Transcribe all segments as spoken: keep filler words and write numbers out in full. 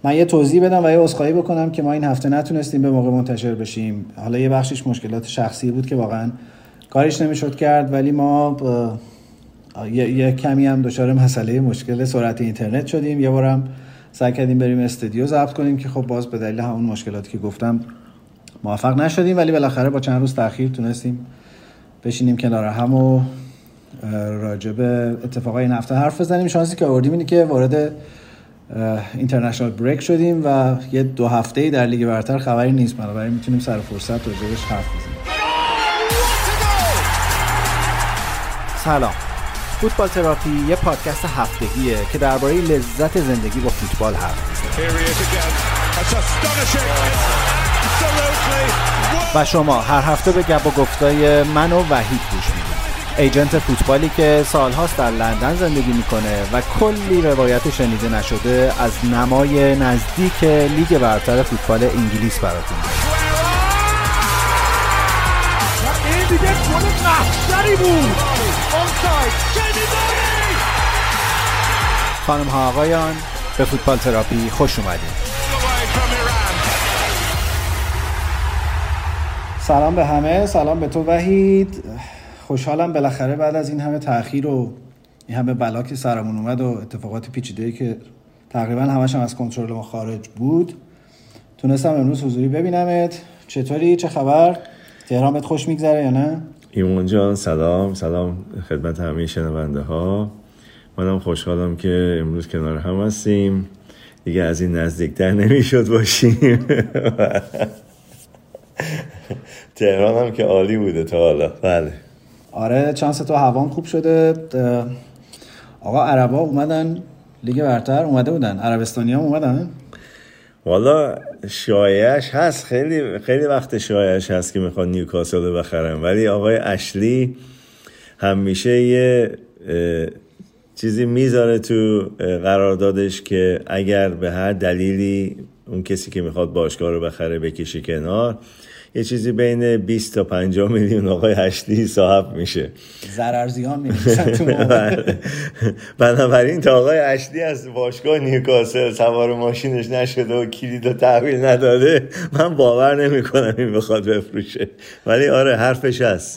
من یه توضیح بدم و یه عذرخواهی بکنم که ما این هفته نتونستیم به موقع منتشر بشیم. حالا یه بخشش مشکلات شخصی بود که واقعا کارش نمیشد کرد، ولی ما یه, یه کمی هم دچار مسئله مشکل سرعت اینترنت شدیم. یه بارم سعی کردیم بریم استودیو ضبط کنیم که خب باز به دلیل همون مشکلاتی که گفتم موفق نشدیم، ولی بالاخره با چند روز تأخیر تونستیم بشینیم کنار هم و راجع به اتفاقای این هفته حرف بزنیم. شانسی که آوردیم اینه که وارد اینترنشنال بریک شدیم و یه دو هفته‌ای در لیگ برتر خبری نیست، بنابراین میتونیم سر فرصت راجعش حرف بزنیم. سلام. فوتبال تراپی یه پادکست هفتگیه که درباره لذت زندگی با فوتبال حرف میزنه. و شما هر هفته به گپ و گفتای من و وحید گوش میدید، ایجنت فوتبالی که سالهاست در لندن زندگی میکنه و کلی روایت شنیده نشده از نمای نزدیک لیگ برتر فوتبال انگلیس براتون میاره. این دیگه گل محشری بود. آفساید. خانم ها آقایان، به فوتبال تراپی خوش اومدید. سلام به همه، سلام به تو وحید. خوشحالم بالاخره بعد از این همه تأخیر و این همه بلا که سرمون اومد و اتفاقات پیچیده‌ای که تقریبا همش هم از کنترل ما خارج بود، تونستم امروز حضوری ببینمت. چطوری؟ چه خبر؟ تهرانت خوش میگذره یا نه؟ ایمان جان سلام، سلام خدمت همه شنونده ها. منم خوشحالم که امروز کنار هم هستیم، دیگه از این نزدیکتر نمیشد باشیم. تهران هم که عالی بوده تا حالا. بله آره، چانس تو هوام خوب شده. آقا عربا اومدن لیگ برتر، اومده بودن عربستانی هم اومدن. والا شایعش هست، خیلی خیلی وقت شایعش هست که میخواد نیوکاسل رو بخرن، ولی آقای اشلی همیشه یه چیزی میذاره تو قراردادش که اگر به هر دلیلی اون کسی که میخواد باشگاه رو بخره بکشی کنار، یه چیزی بین بیست تا پنجاه میلیون آقای هشتی صاحب میشه. ضرر زیان میمیسن تو موقع. بنابراین تا آقای هشتی از باشگاه نیوکاسل سوار ماشینش نشده و کلید رو تحویل نداده، من باور نمی کنم این بخواد بفروشه. ولی آره حرفش هست.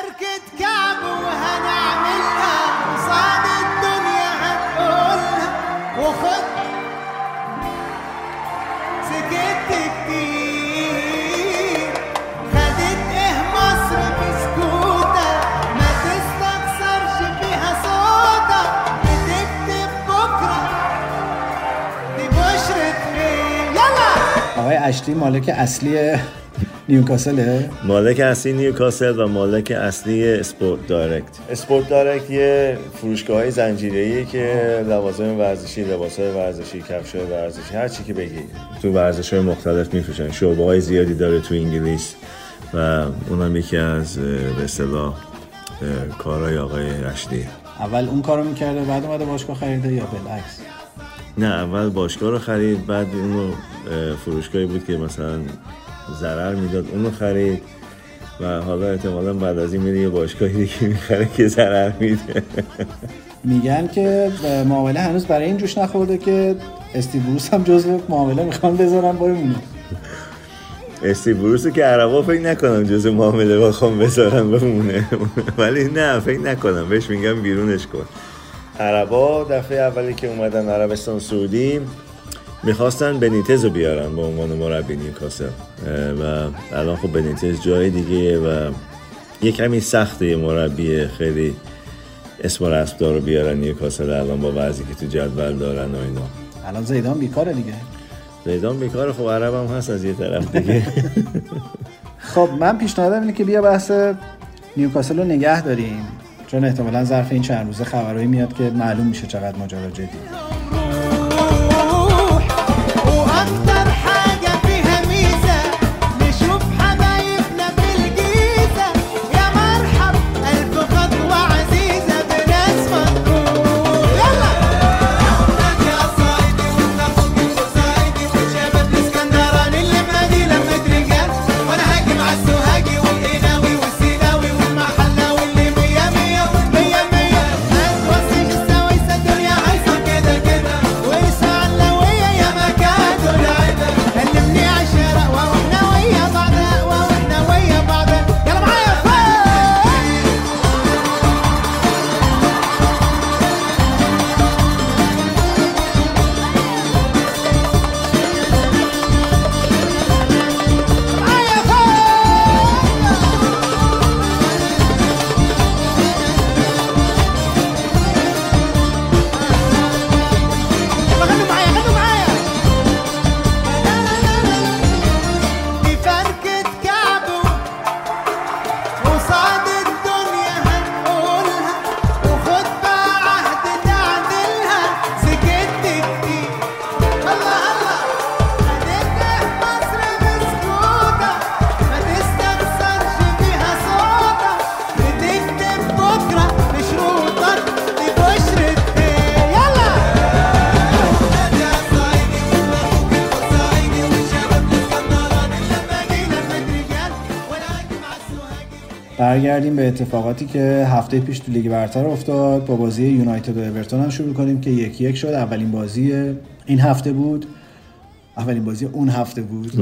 آقای اشلی مالک اصلی نیوکاسله؟ مالک اصلی نیوکاسل و مالک اصلی اسپورت دایرکت. اسپورت دایرکت یه فروشگاه زنجیره‌ایه که لوازم ورزشی، لباسای ورزشی، کفشای ورزشی، هر چی که بگی تو ورزش‌های مختلف میفروشن. شعبه‌های زیادی داره تو انگلیس و اونم یکی از به اصطلاح کارهای آقای اشلی. اول اون کارو می‌کرده بعد اومده باشگاه خریده یا بالعکس؟ نه، اول باشگاه رو خرید، بعد اونو فروشگاهی بود که مثلا ضرر میداد اونو خرید و حالا احتمالاً بعد از این میره یه باشگاهی که میخره که ضرر میده. میگن که معامله هنوز برای این جوش نخورده که استیو بروس هم جزو معامله میخوان بذارن بمونه. استیو بروس که عربا فکر نکنم جزو معامله بخوام بذارن بمونه، ولی نه فکر نکنم، بهش میگم بیرونش کن. عربا دفعه اولی که اومدن عربستان سعودی میخواستن بنیتز رو بیارن به عنوان مربی نیوکاسل و الان خب بنیتز جای دیگه و یه کمی سخته یه مربی خیلی اسم و رسم دار رو بیارن نیوکاسل الان با وضعی که تو جدول دارن و اینا. الان زیدان بیکاره دیگه. زیدان بیکاره، خب عرب هم هست از یه طرف دیگه. خب من پیشنهادم اینه که بیا بحث نیوکاسل رو نگه داریم، چون احتمالاً ظرف این چند روزه خبرایی میاد که معلوم میشه چقدر ماجرا جدیه. برگردیم به اتفاقاتی که هفته پیش تو لیگ برتر افتاد. با بازی یونایتد و اورتون هم شروع کنیم که یکی یک شد. اولین بازی این هفته بود، اولین بازی اون هفته بود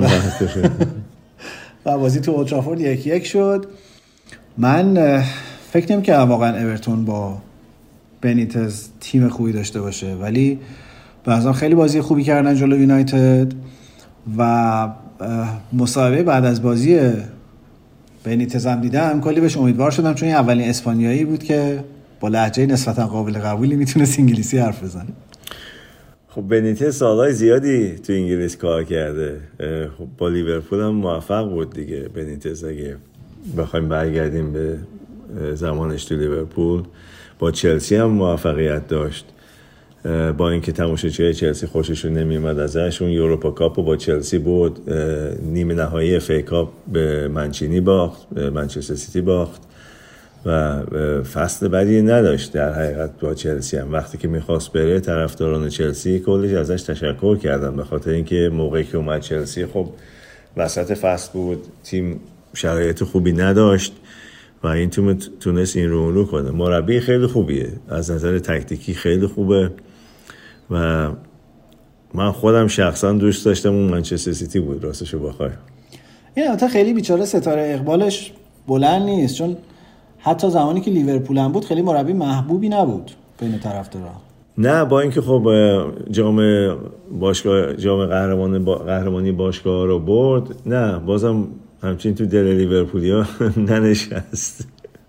و بازی تو اولترافورد یکی یک شد. من فکر نمی کنم واقعا اورتون با بنیتز تیم خوبی داشته باشه، ولی بعضا خیلی بازی خوبی کردن جلو یونایتد و مصاحبه بعد از بازی بنیتز هم دیدم، کلی بهش امیدوار شدم چون این اولین اسپانیایی بود که با لهجه نسبتا قابل قبولی میتونست انگلیسی حرف بزنه. خب بنیتز سالهای زیادی تو انگلیس کار کرده، خب با لیورپول هم موفق بود دیگه. بنیتز اگه بخوایم برگردیم به زمانش تو لیورپول، با چلسی هم موفقیت داشت، با اینکه تماشاگرای چلسی خوششون نمیومد ازش. اون یوروپا کاپو با چلسی بود، نیمه نهایی اف ای کاپ به منچینی باخت، به منچستر سیتی باخت و فصل بدی نداشت در حقیقت با چلسی هم. وقتی که میخواست بره طرفداران چلسی کلی ازش تشکر کردن، به خاطر اینکه موقعی که اومد چلسی خب وسط فصل بود، تیم شرایط خوبی نداشت و این تیم تونست این رو رو کنه. مربی خیلی خوبیه، از نظر تکتیکی خیلی خوبه و من خودم شخصا دوست داشتم اون منچستر سیتی بود راستشو بخوای. این البته خیلی بیچاره ستاره اقبالش بلند نیست، چون حتی زمانی که لیورپول هم بود خیلی مربی محبوبی نبود بین طرفدارا. نه، با اینکه خب جام باشگاه جام قهرمان با قهرمانی باشگاه رو برد، نه بازم همچین تو دل لیورپولیا ننشست.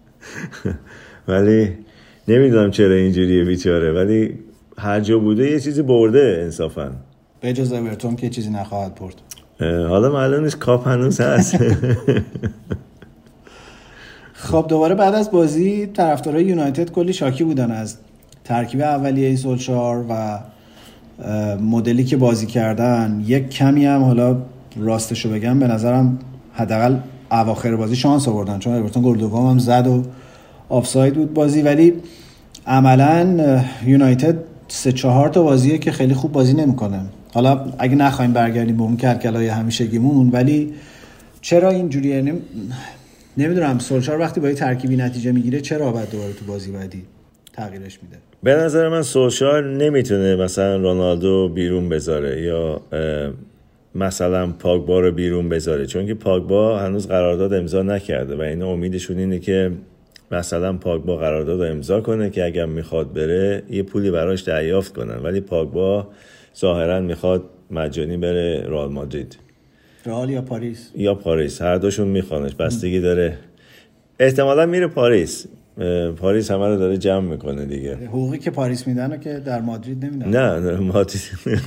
ولی نمیدونم چرا اینجوریه بیچاره، ولی هر جا بوده یه چیزی برده انصافا، به جز اورتون که چیزی نخواهد برد. حالا معلوم نیست، کاپ هنوز هست. خب دوباره بعد از بازی طرفدارای یونایتد کلی شاکی بودن از ترکیب اولیه سولشار و مدلی که بازی کردن. یک کمی هم حالا راستشو بگم به نظرم حداقل اواخر بازی شانس آوردن، چون اورتون گل دوم هم زد و آفساید بود بازی، ولی عملاً یونایتد سه چهار تا بازیه که خیلی خوب بازی نمیکنه. حالا اگه نخوایم برگردیم به اون کلکلای همیشگیمون، ولی چرا اینجوریه نم... نمیدونم. سولشار وقتی با یه ترکیبی نتیجه میگیره چرا بعد دوباره تو بازی بعدی تغییرش میده؟ به نظر من سولشار نمیتونه مثلا رونالدو بیرون بذاره یا مثلا پاگبا رو بیرون بذاره، چون که پاگبا هنوز قرارداد امضا نکرده و اینا امیدشون اینه که مثلا پاگبا قرارداد امضا کنه که اگر میخواد بره یه پولی براش دریافت کنن، ولی پاگبا ظاهرا میخواد مجانی بره رئال مادرید. رئال یا پاریس؟ یا پاریس، هر دوشون میخوانش، بستگی داره. احتمالا میره پاریس. پاریس همه رو داره جمع میکنه دیگه. حقوقی که پاریس میدن که در مادرید نمیدن. نه نه مادرید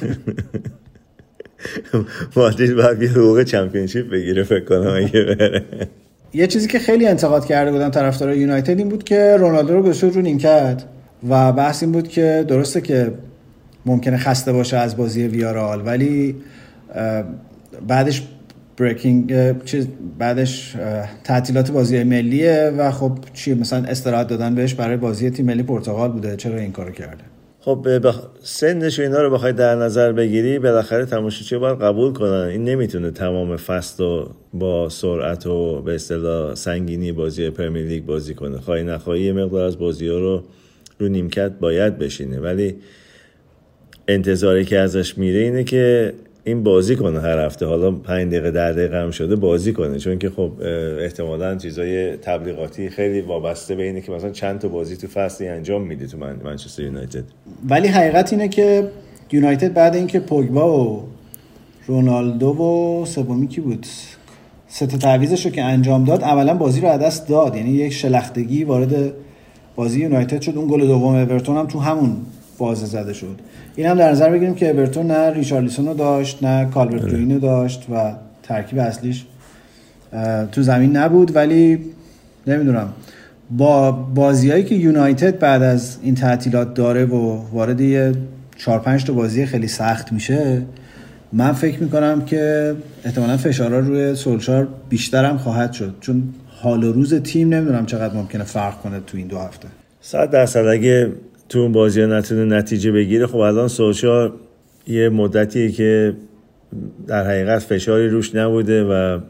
مادرید باید یه حقوق چمپیونشیپ بگیره فکر کنم اگه بره. یه چیزی که خیلی انتقاد کرده بودم طرفدارای یونایتد این بود که رونالدو رو گذاشت رو نیمکت و بحث این بود که درسته که ممکنه خسته باشه از بازی ویارال، ولی بعدش بریکینگ چیز بعدش تعطیلات بازی ملیه و خب چی مثلا استراحت دادن بهش برای بازی تیم ملی پرتغال بوده، چرا این کارو کرده؟ خب بخ... سنش و اینا رو بخوای در نظر بگیری بالاخره تماشاچی باید قبول کنن این نمیتونه تمام فصل رو با سرعت و به اصطلاح سنگینی بازی پرمیر لیگ بازی کنه. خواهی نخواهی یه مقدار از بازی‌ها رو رو نیمکت باید بشینه، ولی انتظاری که ازش میره اینه که این بازی کنه هر هفته، حالا پنج دقیقه ده دقیقه هم شده بازی کنه، چون که خب احتمالاً چیزای تبلیغاتی خیلی وابسته به اینه که مثلا چند تا بازی تو فصلی انجام میده تو من منچستر یونایتد. ولی حقیقت اینه که یونایتد بعد اینکه پوگبا و رونالدو و سومی کی بود سه تا تعویضش رو که انجام داد، اولا بازی رو از دست داد، یعنی یک شلختگی وارد بازی یونایتد شد. اون گل دوم اورتون هم تو همون بازه زده شد. این هم در نظر بگیریم که اورتون نه ریچارلیسون رو داشت نه کالورت لوین رو داشت و ترکیب اصلیش تو زمین نبود. ولی نمیدونم با بازیایی که یونایتد بعد از این تعطیلات داره و وارد یه چهار پنج تا بازی خیلی سخت میشه، من فکر میکنم که احتمالاً فشارها روی سولشار بیشتر هم خواهد شد، چون حال و روز تیم نمیدونم چقدر ممکنه فرق کنه تو این دو هفته. صد درصد اگه تو اون بازی‌ها نتونه نتیجه بگیره، خب الان سولشار یه مدتیه که در حقیقت فشاری روش نبوده و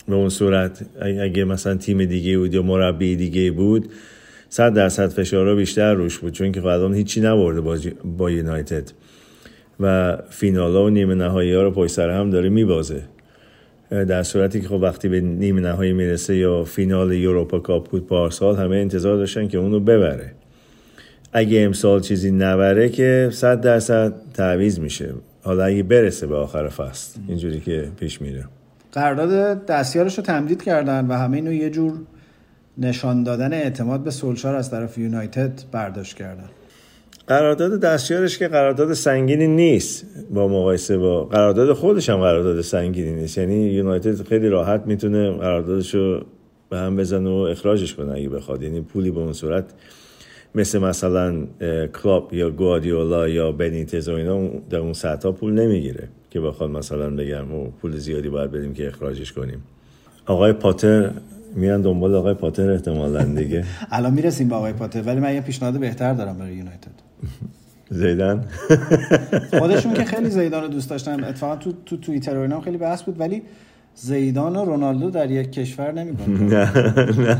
به اون صورت اگه مثلا تیم دیگه بود یا مربی دیگه بود صد درصد فشارها بیشتر روش بود، چون که الان هیچی نبرده با, با یونایتد و فینالا و نیمه نهایی ها رو پشت سر هم داره میبازه، در صورتی که خب وقتی به نیمه نهایی میرسه یا فینال یوروپا کاپ بود پارسال همه انتظار داشتن که اونو ببره. اگه امسال چیزی نبره که صد درصد تعویض میشه، حالا اگه برسه به آخر فصل اینجوری که پیش میره. قرارداد دستیارش رو تمدید کردن و همه اینو یه جور نشان دادن اعتماد به سولشار از طرف یونایتد برداشت کردن. قرارداد دستیارش که قرارداد سنگینی نیست با مقایسه با قرارداد خودش، هم قرارداد سنگینی نیست. یعنی یونایتد خیلی راحت میتونه قراردادشو به هم بزنه و اخراجش کنه اگه بخواد. یعنی پولی به اون صورت مثل مثلا کلوب یا گواردیولا یا بنیتز و اینا در اون سطح پول نمیگیره که بخواد مثلا بگم او پول زیادی باید بدیم که اخراجش کنیم. آقای پاتر میان دنبال آقای پاتر احتمالاً دیگه. الان میرسیم به آقای پاتر، ولی من یه پیشنهاد بهتر دارم برای یونایتد. زیدان خودشون که خیلی زیدان رو دوست داشتن، اتفاقا تو تو توییتر و اینا خیلی بحث بود، ولی زیدان و رونالدو در یک کشور نمی‌کنن. نه نه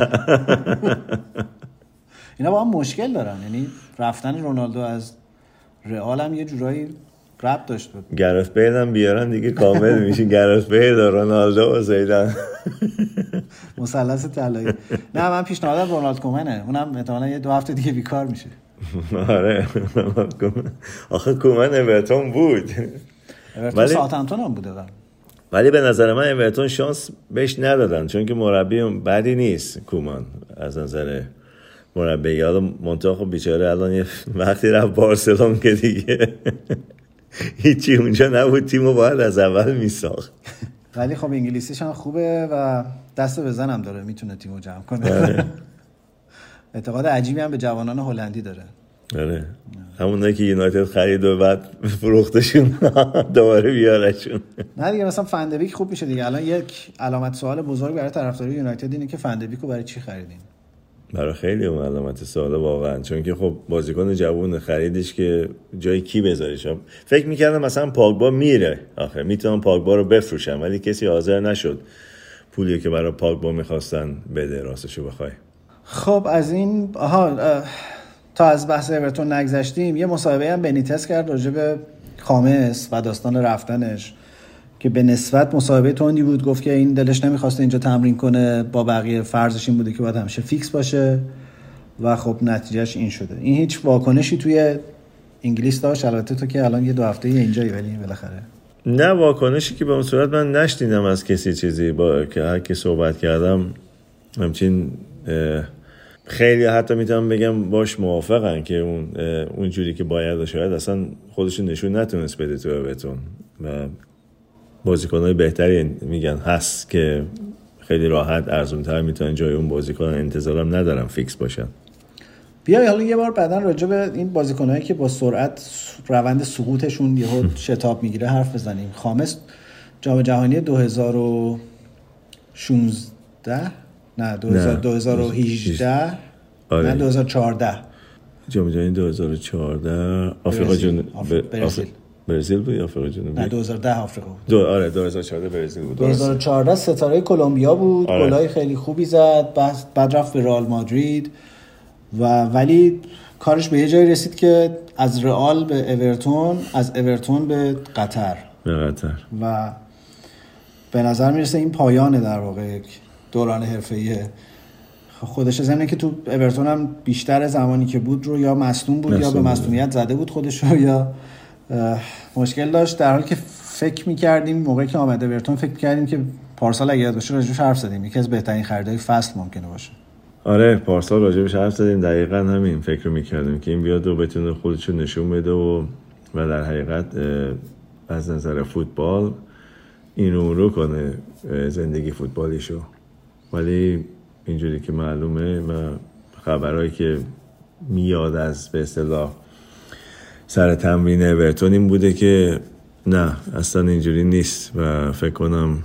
اینا با هم مشکل دارن. یعنی رفتن رونالدو از رئال هم یه جورایی ربط داشت بود. گرت بیل هم بیارن دیگه کامل میشه. گرت بیل و رونالدو و زیدان مثلث طلایی. نه من پیشنهادم رونالد کومنه، اونم احتمالاً یه دو هفته دیگه بیکار میشه. آره آخه کومن اورتون بود، اورتون ساوثهمپتون هم بوده. ولی به نظر من اورتون شانس بهش ندادن، چون که مربی بدی نیست کومان از نظر مربی. حالا منتها خب بیچاره الان یه وقتی رفت بارسلون که دیگه هیچی اونجا نبود، تیمو باید از اول میساخت. ولی خب انگلیسیش هم خوبه و دست بزن هم داره، میتونه تیمو جمع کنه. اعتقاد عجیبی هم به جوانان هلندی داره. آره همونایی که یونایتد خرید و بعد فروختشون دوباره بیارشون. نه دیگه مثلا فندبیک خوب میشه دیگه. الان یک علامت سوال بزرگ برای طرفدارای یونایتد اینه که فندبیکو برای چی خریدین؟ برای خیلی اون علامت سوال واقعا، چون که خب بازیکن جوون خریدش که جای کی بذاریش. فکر میکردم مثلا پاگبا میره، آخه میتونم پاگبا رو بفروشم، ولی کسی حاضر نشد پولی که برای پاگبا میخواستن بده راستشو بخوای. خب از این آها تا از بحث اورتون نگذشتیم، یه مصاحبه هم بنیتز کرد راجع به خامس و داستان رفتنش که به نسبت مصاحبه تندی بود. گفت که این دلش نمیخواسته اینجا تمرین کنه، با بقیه فرضش این بوده که باید همیشه فیکس باشه و خب نتیجهش این شده. این هیچ واکنشی توی انگلیس داشت؟ البته تو که الان یه دو هفته اینجایی، ولی بالاخره نه واکنشی که به اون صورت من نشنیدم از کسی چیزی. با که هر کی صحبت کردم همچین خیلی حتی میتونم بگم باش موافقن که اون اونجوری که باید شاید اصلا خودشون نشون نتونست بده تو اورتون و بازیکن‌های بهتری میگن هست که خیلی راحت ارزون‌تر میتونن جای اون بازیکن. انتظارم ندارم فیکس باشن. بیا حالا یه بار بعدن راجع به این بازیکنایی که با سرعت روند سقوطشون یهو شتاب میگیره حرف بزنیم. خامس جام جهانی دو هزار و شانزده نه دو هزار و هجده آره. نه دو هزار و چهارده جام جهانی دو هزار و چهارده آفریقا جنوبی برزیل برزیل بود یا آفریقا جنوبی؟ نه دو هزار و ده آفریقا بود. دو آره دو هزار و چهارده برزیل بود. دو هزار و چهارده ستاره کلمبیا بود. آره. گلای خیلی خوبی زد. بعد بعد رفت به رئال مادرید و ولی کارش به یه جایی رسید که از رئال به اورتون، از اورتون به قطر به قطر و به نظر میرسه این پایانه در واقع دوران حرفه‌ایه خودش. زمینه که تو اورتون هم بیشتر زمانی که بود رو یا مصدوم بود یا به مصدومیت زده بود خودش رو یا مشکل داشت، در حالی که فکر می‌کردیم موقعی که آمد اورتون فکر می‌کردیم که پارسال اگه یاد باشه راجعش حرف زدیم یکی از بهترین خریدهای فصل ممکنه باشه. آره پارسال راجعش حرف زدیم، دقیقاً همین فکر می‌کردیم که این بیاد و بتونه خودش رو نشون بده و و در حقیقت از نظر فوتبال این رو رو کنه زندگی فوتبالیشو. ولی اینجوری که معلومه و خبرایی که میاد از به اصطلاح سر تمرین اورتون این بوده که نه اصلا اینجوری نیست و فکر کنم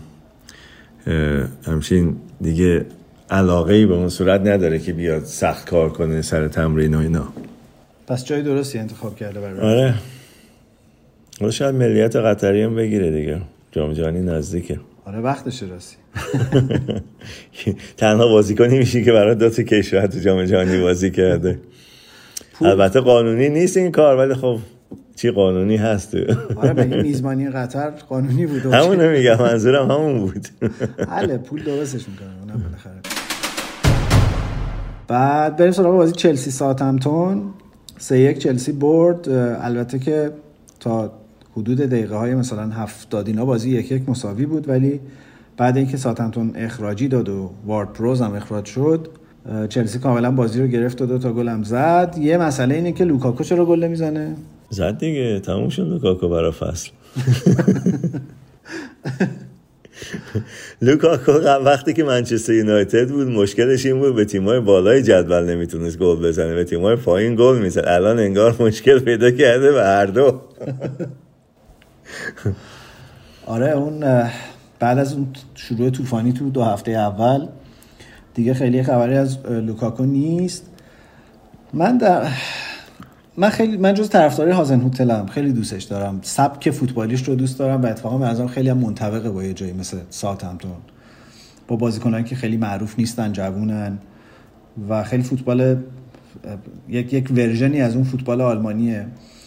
همچین دیگه علاقه‌ای به اون صورت نداره که بیاد سخت کار کنه سر تمرین و اینا. پس جای درستی انتخاب کرده برای آره. حالا شاید ملیت قطری هم بگیره دیگه، جام جهانی نزدیکه. آره وقتشه راستی. تنها بازیکنی میشی که برای دو تا کشور تو جام جهانی بازی کرده. البته قانونی نیست این کار، ولی خب چی قانونی هست؟ آره بگی میزبانی قطر قانونی بود. همون میگم، منظورم همون بود. حالا پول درستش میکنه اونم بالاخره. بعد بریم سراغ بازی چلسی ساوثهمپتون. سه یک چلسی برد. البته که تا حدود دقیقه های مثلا هفتاد اینا بازی یک یک مساوی بود، ولی بعد اینکه ساوثهمپتون اخراجی داد و وارد پروز هم اخراج شد، چلسی کاملا بازی رو گرفت و دو تا گل هم زد. یه مسئله اینه که لوکاکو چرا گل نمیزنه؟ زد دیگه، تموم شد لوکاکو برای فصل. لوکاکو وقتی که منچستر یونایتد بود مشکلش این بود به تیم‌های بالای جدول نمیتونست گل بزنه، به تیم‌های پایین گل میزد. الان انگار مشکل پیدا کرده به هر دو. آره اون بعد از اون شروع طوفانی تو دو هفته اول دیگه خیلی خبری از لوکاکو نیست. من در من خیلی من جز طرفداری هازنهوتلم، خیلی دوستش دارم، سبک فوتبالیش رو دوست دارم و اتفاقا به نظرم خیلی هم منطبقه با یه جایی مثل ساوثهمپتون، با بازیکنانی که خیلی معروف نیستن، جوونن و خیلی فوتبال یک یک ورژنی از اون فوتبال آلمانیه.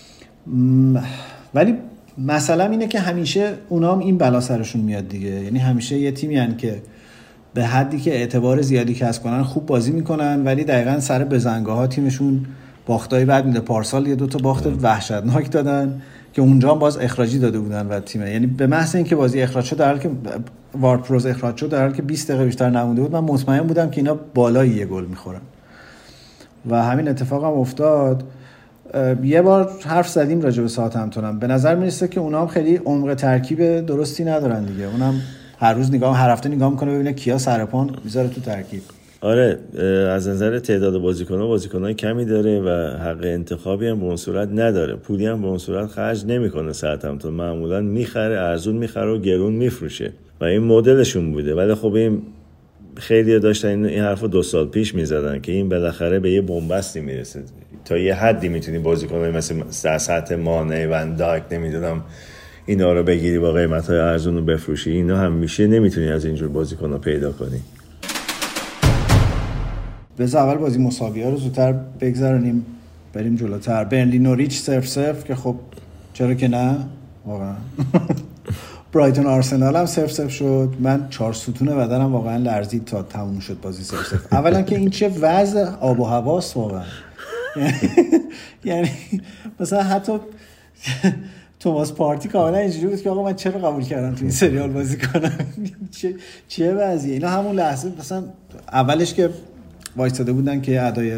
ولی مثلا اینه که همیشه اونا هم این بلا سرشون میاد دیگه، یعنی همیشه یه تیمی هن که به حدی که اعتبار زیادی کسب کنن خوب بازی میکنن، ولی دقیقاً سر بزنگاه ها تیمشون باختای بعد میده. پارسال یه دو تا باخت وحشتناک دادن که اونجا هم باز اخراجی داده بودن و تیم، یعنی به محض اینکه بازی اخراج شد، در حالی که وارد پروز اخراج شد، در حالی که بیست دقیقه بیشتر نمونده بود، من مطمئن بودم که اینا بالای یه گل میخورن و همین اتفاق هم افتاد. یه بار حرف زدیم راجع به ساوثهمپتون هم، به نظر میرسه که اونا هم خیلی عمق ترکیب درستی ندارن دیگه. اونم هر روز نگاه هر هفته نگاه میکنه ببینه کیا سرپان میذاره تو ترکیب. آره از نظر تعداد بازیکن‌ها بازیکن‌های کمی داره و حق انتخابی هم به اون صورت نداره، پولی هم به اون صورت خرج نمی‌کنه. ساوثهمپتون معمولاً میخره، ارزون میخره و گرون میفروشه و این مدلشون بوده. ولی خب این خیلی داشتن این حرفو دو سال پیش میزدن که این بالاخره به یه بنبستی میرسه، تا یه حدی میتونی بازیکن‌های مثل سطح مانع و دایک نمیدونم اینا رو بگیری با قیمت‌های ارزون رو بفروشی. اینا هم میشه نمیتونی از اینجور بازیکن‌ها پیدا کنی. بذار اول بازی مساوی‌ها رو زودتر بگذرونیم بریم جلوتر. برنلی نوریچ صفر صفر که خب چرا که نه واقعا. برایتون آرسنال هم صفر صفر شد. من چهار ستون بدنم واقعا لرزید تا تموم شد بازی صفر صفر. اولا که این چه وضع آب و هواست واقعا. یعنی مثلا حتی توماس پارتی کاملا اینجوری بود که آقا من چرا قبول کردم تو این سریال بازی کنم. چه چه وضعیه اینا. همون لحظه مثلا اولش که وایستاده بودن که ادای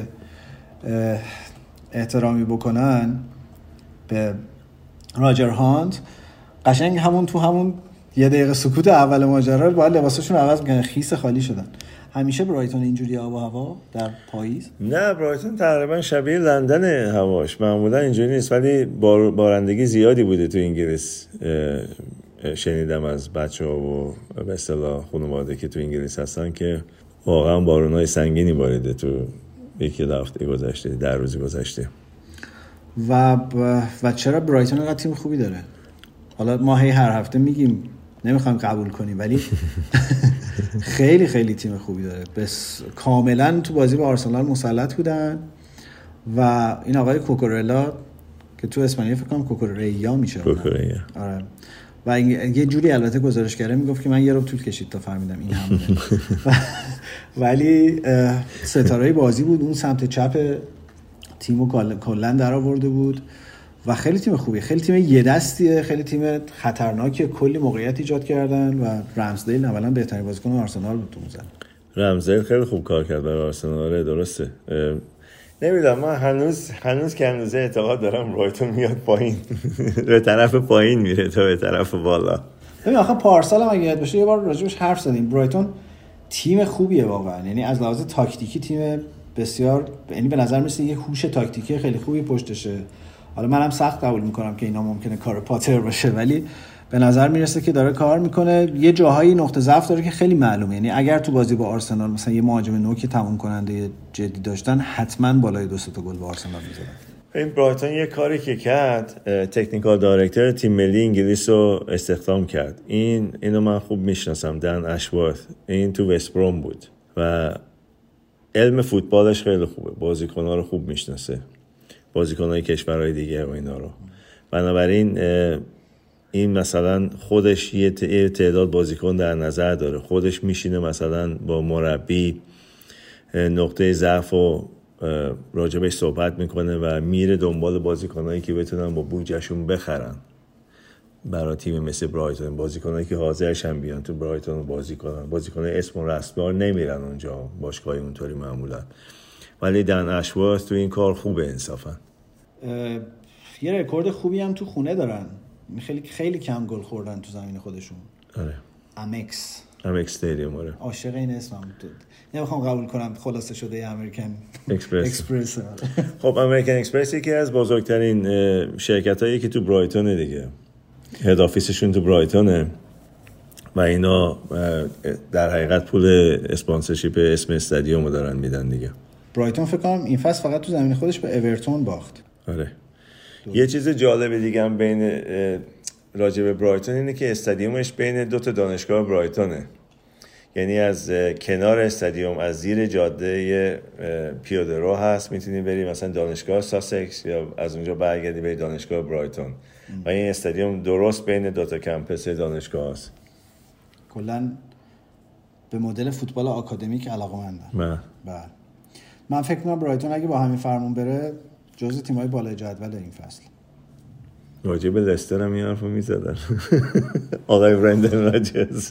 احترامی بکنن به راجر هانت، قشنگ همون تو همون یه دقیقه سکوت اول ماجرا رو باید لباساشون عوض میکنن، خیس خالی شدن. همیشه برایتون اینجوری آب و هوا در پاییز؟ نه برایتون تقریبا شبیه لندن هواش، معمولا اینجوری نیست، ولی بار بارندگی زیادی بوده تو انگلیس. شنیدم از بچه‌ها و به اصطلاح خانواده که تو انگلیس هستن که واقعا بارونای سنگینی باریده تو یکی دو هفته گذشته، در روز گذشته. و و چرا برایتون اینقدر تیم خوبی داره؟ حالا ما هی هر هفته میگیم نمیخوایم قبول کنیم، ولی خیلی خیلی تیم خوبی داره. بس کاملا تو بازی با آرسنال مسلط بودن و این آقای کوکورلا که تو اسپانیا فکر کنم کوکوریا میشه. کوکوریا. آره. و یه جوری البته گزارشگره میگفت که من یه رو طول کشید تا فهمیدم این همونه. ولی ستاره بازی بود، اون سمت چپ تیمو کلا در آورده بود و خیلی تیم خوبیه، خیلی تیم یه دستیه، خیلی تیم خطرناکه، کلی موقعیت ایجاد کردن و رمزدیل اولا بهترین بازیکن آرسنال بود تو اون زمین. رمزدیل خیلی خوب کار کرد برای آرسنال، درسته. نمیدونم من هنوز هنوز که هنوز اعتقاد دارم برایتون میاد پایین. به طرف پایین میره تا به طرف بالا. ببین آخه پارسال هم اگه یاد باشه یه بار راجبش حرف زدیم، برایتون تیم خوبیه واقعا، یعنی از لحاظ تاکتیکی تیم بسیار، یعنی به نظر میاد یه هوش تاکتیکی خیلی خوبی پشتشه. حالا منم سخت قبول میکنم که اینا ممکنه کار پاتر باشه، ولی به نظر میرسه که داره کار میکنه. یه جاهایی نقطه ضعف داره که خیلی معلومه، یعنی اگر تو بازی با آرسنال مثلا یه مهاجم نوک تموم کننده جدی داشتن، حتما بالای دو تا گل با آرسنال میزدن. این برایتون یه کاری که کرد، تکنیکال دایرکتور تیم ملی انگلیس رو استخدام کرد. این اینو من خوب میشناسم، دن اشورث. این تو وست بروم بود و علم فوتبالش خیلی خوبه، بازیکن‌ها رو خوب میشناسه، بازیکن‌های کشورهای دیگه و اینا رو. بنابراین این مثلا خودش یه تعداد بازیکن در نظر داره، خودش میشینه مثلا با مربی نقطه ضعف و راجبش صحبت میکنه و میره دنبال بازیکنایی که بتونن با بودجهشون بخرن برای تیم مثل برایتون، بازیکنایی که حاضرشن بیان تو برایتون بازی کنن. بازیکنای اسم و رسمدار نمیرن اونجا، باشگاهی اونطوری معمولا، ولی دن اشورث تو این کار خوبه انصافا. یه رکورد خوبی هم تو خونه دارن، خیلی خیلی کم گل خوردن تو زمین خودشون. آره. امکس امکس استادیوم. آره. عاشق این اسمم بود. نمیخوام قبول کنم خلاصه شده امریکن اکسپرس. اکسپرس. خب امریکن اکسپرس یکی از بزرگترین شرکتایی که تو برایتونه دیگه. هد آفیسشون تو برایتونه و اینا در حقیقت پول اسپانسرشیپ اسم استادیومو دارن میدن دیگه. برایتون فکر کنم این فصل فقط تو زمین خودش به اورتون باخت. آره. یه چیز جالب دیگه هم بین راجع به برایتون اینه که استادیومش بین دو تا دانشگاه برایتونه. یعنی از کنار استادیوم، از زیر جاده پیاده رو هست، میتونی بری مثلا دانشگاه ساسکس یا از اونجا برگردی بری دانشگاه برایتون. و این استادیوم درست بین دو تا کمپس دانشگاه هست. کلا به مدل فوتبال آکادمیک علاقه‌مندم. من بله. من فکر می‌کنم برایتون اگه با همین فرمون بره جزو تیم‌های بالای جدول این فصل. راجع به لستر هم این حرفو می‌زدن. آقای برندن راجرز.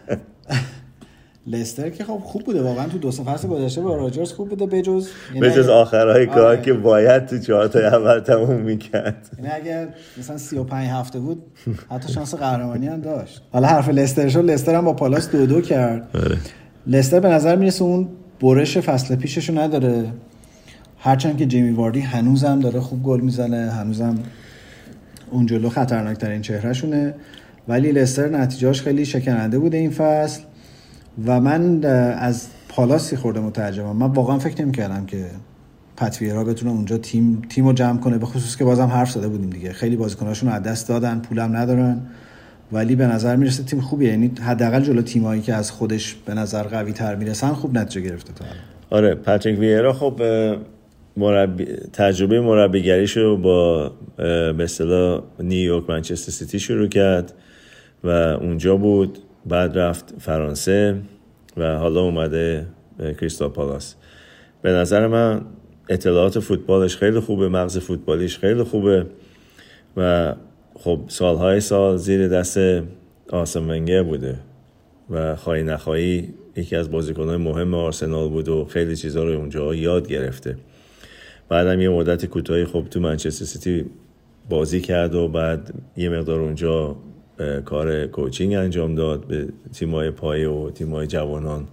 لستر که خب خوب بوده واقعا تو دو سه فصل گذشته با راجرز خوب بوده، بجز بجز آخرهای کار که باید تو چهار تا اول تموم می‌کرد. یعنی اگر مثلا سی و پنج هفته بود حتی شانس قهرمانی هم داشت. حالا حرف لستر شو، لستر هم با پالاس دو دو کرد. آره. لستر به نظر میرسه اون برش فصل پیششو نداره، هرچند که جیمی واردی هنوزم داره خوب گل میزنه، هنوزم اون جلو خطرناکترین چهرهشونه، ولی لستر نتیجهاش خیلی شکننده بوده این فصل و من از پالاسی خورده متعجبم. من واقعا فکر نمی‌کردم که پتویرا بتونه اونجا تیم تیمو جمع کنه، به خصوص که بازم حرف زده بودیم دیگه خیلی بازیکناشون رو از دست دادن، پولم ندارن، ولی به نظر میرسه تیم خوبیه. یعنی حداقل جلو تیمایی که از خودش به نظر قوی تر میرسن خوب نتیجه گرفته تا الان. آره. پاتریک ویرا خب مربی تجربه مربیگریشو با به اصطلاح نیویورک منچستر سیتی شروع کرد و اونجا بود، بعد رفت فرانسه و حالا اومده کریستال پالاس. به نظر من اطلاعات فوتبالش خیلی خوبه، مغز فوتبالیش خیلی خوبه و خب سالهای سال زیر دست آرسن ونگر بوده و خواهی نخواهی یکی از بازیکن‌های مهم آرسنال بود و خیلی چیزا رو اونجا یاد گرفته. بعدم یه مدت کوتاهی خب تو منچستر سیتی بازی کرد و بعد یه مقدار اونجا کار کوچینگ انجام داد به تیم‌های پایه و تیم‌های جوانان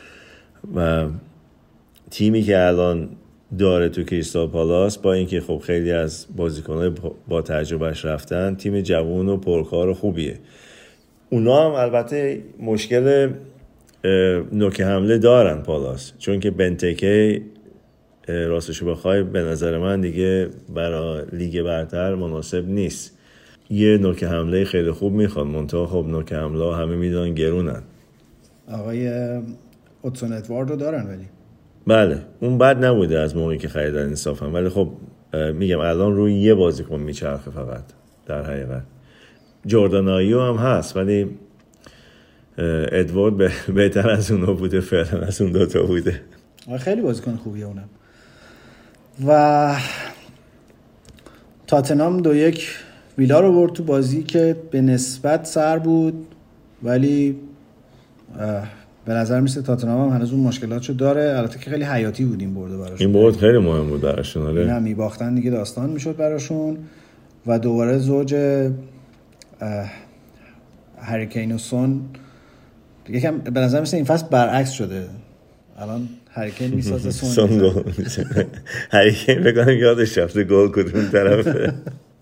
و تیمی که الان داره تو کریستال پالاس، با اینکه خب خیلی از بازیکن‌های با تجربهش رفتن، تیم جوان و پرکار و خوبیه. اونا هم البته مشکل نوک حمله دارن پالاس، چون که بنتکه راستشو بخوای به نظر من دیگه برای لیگ برتر مناسب نیست. یه نوک حمله خیلی خوب میخواد، منتها خب نوک حمله همه میدونن گرونن. آقای اوتسون ادواردو دارن ولی بله اون بد نبوده از موقعی که خریدن انصافا، ولی خب میگم الان روی یه بازیکن میچرخه فقط در حقیقت. جردان آیو هم هست ولی ادوارد بهتر از اونها بوده فعلا، از اون دوتا بوده. خیلی بازیکن خوبیه اونم. و تاتنهام دو یک ویلا رو برد تو بازی که به نسبت سر بود، ولی به نظر میسه تاتنهام هم هنوز اون مشکلاتشو داره. البته که خیلی حیاتی بود این برده براشون، این برد خیلی مهم بود براشون. آره نه میباختن دیگه داستان میشد براشون. و دوباره زوج هری کین و سون یکم به نظر میسه این فصل برعکس شده. الان هری کین میسازه سون سون هری کین بگم یادش رفته گل کدوم طرفه.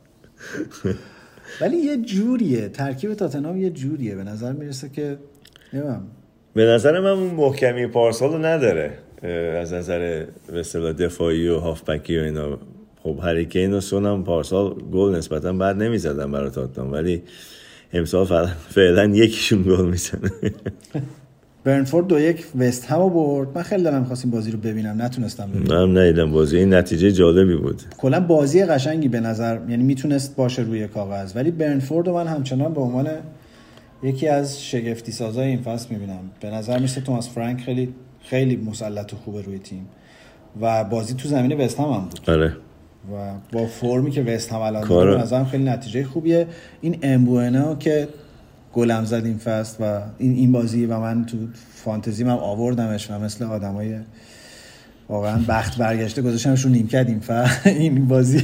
ولی یه جوریه ترکیب تاتنهام، یه جوریه به نظر میرسه که نمیدونم، به نظر من اون محکمی پارسال رو نداره از نظر به اصطلاح دفاعی و هافبکی و اینا. خب خب هری کین و سون هم پارسال گل نسبتا بد نمیزدن برای تاتنهام، ولی امسال فعلا فعلا یکیشون گل میزنه. برنفورد دو یک وست هم برد. من خیلی دلم خواست این بازی رو ببینم، نتونستم ببینم. منم ندیدم بازی. این نتیجه جالبی بود. کلا بازی قشنگی به نظر، یعنی میتونست باشه روی کاغذ، ولی برنفورد رو من همچنان به عنوان یکی از شگفتی سازای این فصل میبینم. به نظر میسه توماس فرانک خیلی خیلی مسلط و خوبه روی تیم و بازی تو زمین وست هم, هم بود. آره. و با فرمی که وست هم الان داره به نظرم خیلی نتیجه خوبیه. این امبوئنا که گلم زد این فصل و این این بازی و من تو فانتزی من آوردمش و مثل آدمای واقعا بخت برگشته گذاشتمش رو نیمکت این فصل این بازی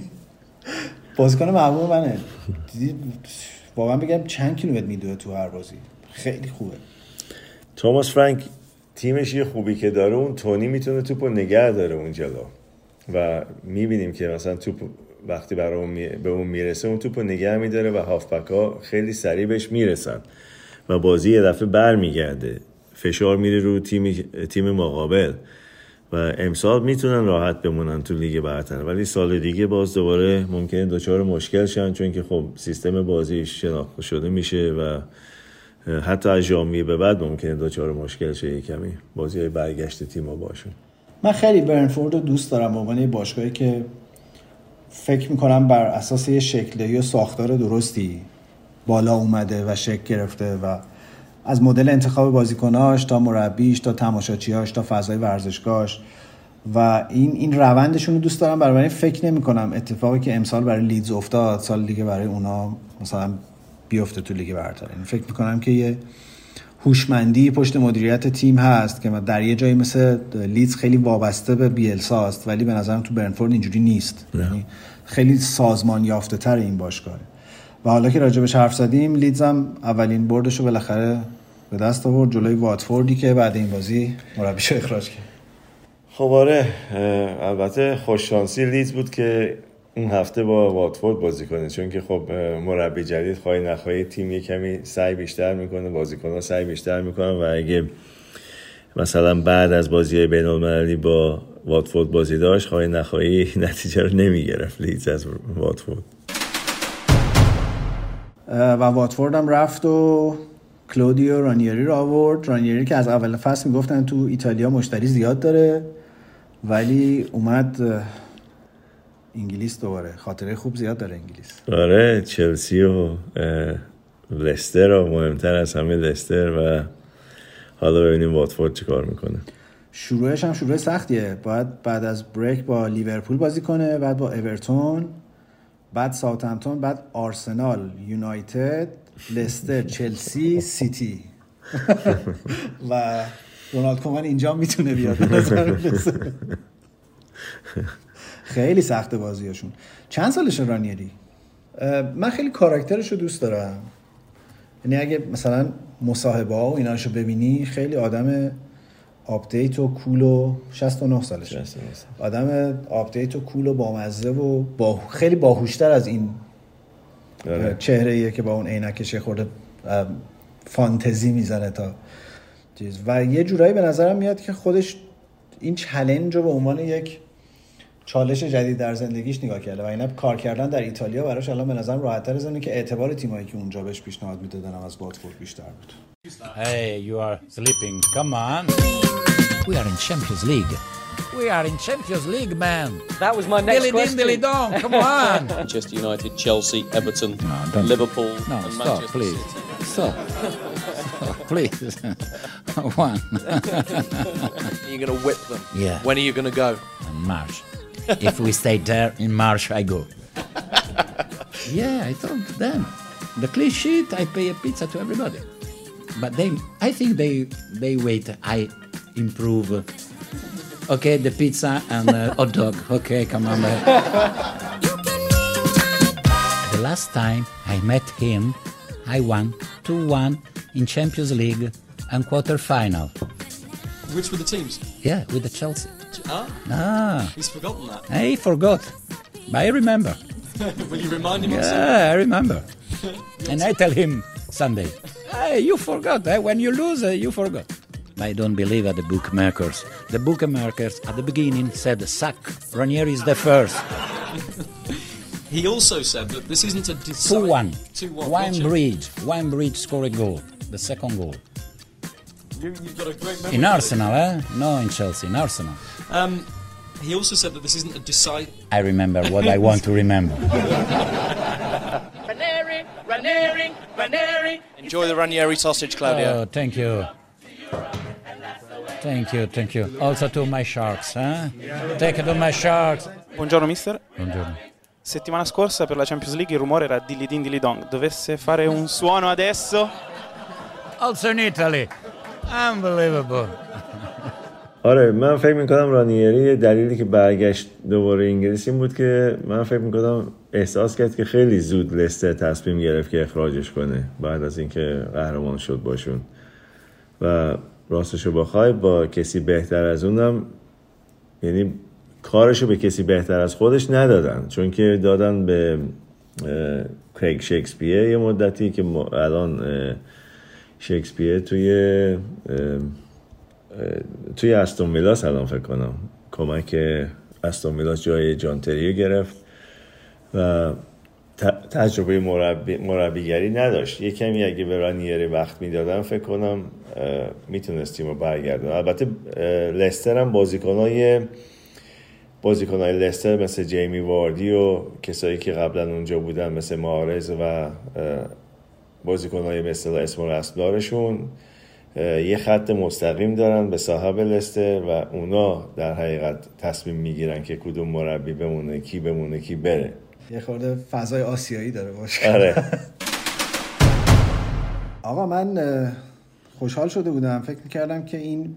بازیکن محبوب منه. واقعا بگم چند کیلومتر میدوه تو هر بازی، خیلی خوبه. توماس فرانک تیمش یه خوبی که داره، اون تونی میتونه توپو نگه داره اون جلو و میبینیم که مثلا توپ وقتی برای اون می... به اون میرسه اون توپو نگه میداره و هافبک‌ها خیلی سریع بهش میرسن و بازی یه دفعه بر میگرده، فشار میره رو تیم تیم مقابل و امسال میتونن راحت بمونن تو لیگ برتر، ولی سال دیگه باز دوباره ممکنه دچار مشکل شن، چون که خب سیستم بازیش شناخته شده میشه و حتی از ژانویه به بعد ممکنه دچار مشکل شه یه کمی بازی‌های برگشت تیم‌ها باشه. من خیلی برنفورد رو دوست دارم به عنوان یه باشگاهی که فکر میکنم بر اساس یه شکلی و ساختار درستی بالا اومده و شکل گرفته و از مدل انتخاب بازیکناش تا مربیش تا تماشاچیاش تا فضای ورزشگاهش و این این روندشون رو دوست دارم. برای فکر نمیکنم اتفاقی که امسال برای لیدز افتاد سال دیگه برای اونا مثلا بیفته تو لیگ برتر. یعنی فکر میکنم که یه هوشمندی پشت مدیریت تیم هست که در یه جایی مثل لیدز خیلی وابسته به بیلسا است، ولی به نظرم تو برنفورد اینجوری نیست. یعنی خیلی سازمان یافته تر این باشگاه. و حالا که راجبش حرف زدیم، لیدز هم اولین بردشو بالاخره به دست آورد جلوی واتفوردی که بعد این بازی مربیشو اخراج کرد. خب آره، البته خوش شانسی لیدز بود که اون هفته با واتفورد بازی کنه، چون که خب مربی جدید خواهی نخواهی تیم یه کمی سعی بیشتر میکنه، بازیکن‌ها سعی بیشتر میکنن و اگه مثلا بعد از بازی بین‌المللی با واتفورد بازی داشت خواهی نخواهی نتیجه رو نمیگرفت لیدز از واتفورد. و واتفورد هم رفت و کلودیو رانیری رو آورد. رانیری که از اول فصل میگفتن تو ایتالیا مشتری زیاد داره، ولی اومد انگلیس دوباره. خاطره خوب زیاد داره انگلیس. آره، چلسی و لستر و مهمتر از همه لستر و حالا ببینیم واتفورد چی کار میکنه. شروعش هم شروع سختیه، باید بعد از بریک با لیورپول بازی کنه، بعد با اورتون، بعد ساوثهمپتون، بعد آرسنال، یونایتد، لستر، چلسی، سیتی و رونالد کومن اینجا میتونه بیاد. خیلی سخته بازیاشون. چند سالشه رانیری؟ من خیلی کاراکترشو دوست دارم، یعنی اگه مثلا مصاحبه ها و ایناشو ببینی خیلی آدم آپدیت و کول و شصت و نه سالشه، آدم آپدیت و کول و بامزه و با خیلی باهوشتر از این چهره‌ایه که با اون عینکش خورده فانتزی میزنه تا چیز و یه جورایی به نظرم میاد که خودش این چالش رو به عنوان یک چالش جدید در زندگیش نگاه کرده و اینا کار کردن در ایتالیا براش الان به نظرم راحت‌تر از اینه که اعتبار تیمایی که اونجا بهش پیشنهاد میدادن از واتفورد بیشتر بود. Hey, you are sleeping. Come on. We are in Champions League. We are in Champions League, man. That was my next Dilly question. Dilly dong. Come on. Manchester United, Chelsea, Everton, No, don't. Liverpool, No, and stop, Manchester please. City. Stop. Stop, please. One. You're going to whip them. Yeah. When are you going to go? In March. If we stay there in March, I go. Yeah, I told them. The clean sheet, I pay a pizza to everybody. But they, I think they, they wait. I improve. Okay, the pizza and uh, hot dog. Okay, come on. The last time I met him, I won two one in Champions League and quarter-final. Which were the teams? Yeah, with the Chelsea. Ah, Ah, he's forgotten that. I forgot. But I remember. Will you remind him of Yeah, I remember. And I tell him Sunday, hey, you forgot. Eh? When you lose, uh, you forgot. I don't believe at the bookmakers. The bookmakers at the beginning said, suck. Ranieri is the first. He also said that this isn't a decisive... two one. two one. Wayne Bridge. Wayne Bridge scored a goal. The second goal. You, you've got a great memory. In Arsenal, eh? No, in Chelsea. In Arsenal. Um, he also said that this isn't a decisive... I remember what I want to remember. Ranieri, Ranieri, Ranieri. Enjoy the Ranieri sausage, Claudio. Oh, thank you. Thank you, thank you. Also to my sharks, eh? Take it to my sharks. Buongiorno mister. Buongiorno. Settimana scorsa per la Champions League il rumore era dilly din dilly dong. Dovesse fare un suono adesso? Also in Italy. Unbelievable. آره من فکر میکنم رانیری دلیلی که برگشت دوباره انگلیس این بود که من فکر میکنم احساس کرد که خیلی زود لستر تصمیم گرفت که اخراجش کنه بعد از اینکه قهرمان شد باشون و راستشو بخوای با کسی بهتر از اونم یعنی کارشو به کسی بهتر از خودش ندادن چون که دادن به کریگ شکسپیر یه مدتی که الان شکسپیر توی توی استون ویلا الان فکر کنم کمک استون ویلا جای جان تریو گرفت و تجربه مربی مربیگری نداشت یه کمی اگه به رانیری وقت میدادن فکر کنم میتونست تیمو برگردونه البته لستر هم بازیکنای بازیکنای لستر مثل جیمی واردی و کسایی که قبلا اونجا بودن مثل مارز و بازیکنای مثل اسم و رسمدارشون یه خط مستقیم دارن به صاحب لستر و اونا در حقیقت تصمیم میگیرن که کدوم مربی بمونه کی بمونه کی بره یه خورده فضای آسیایی داره باشه آره آقا من خوشحال شده بودم فکر میکردم که این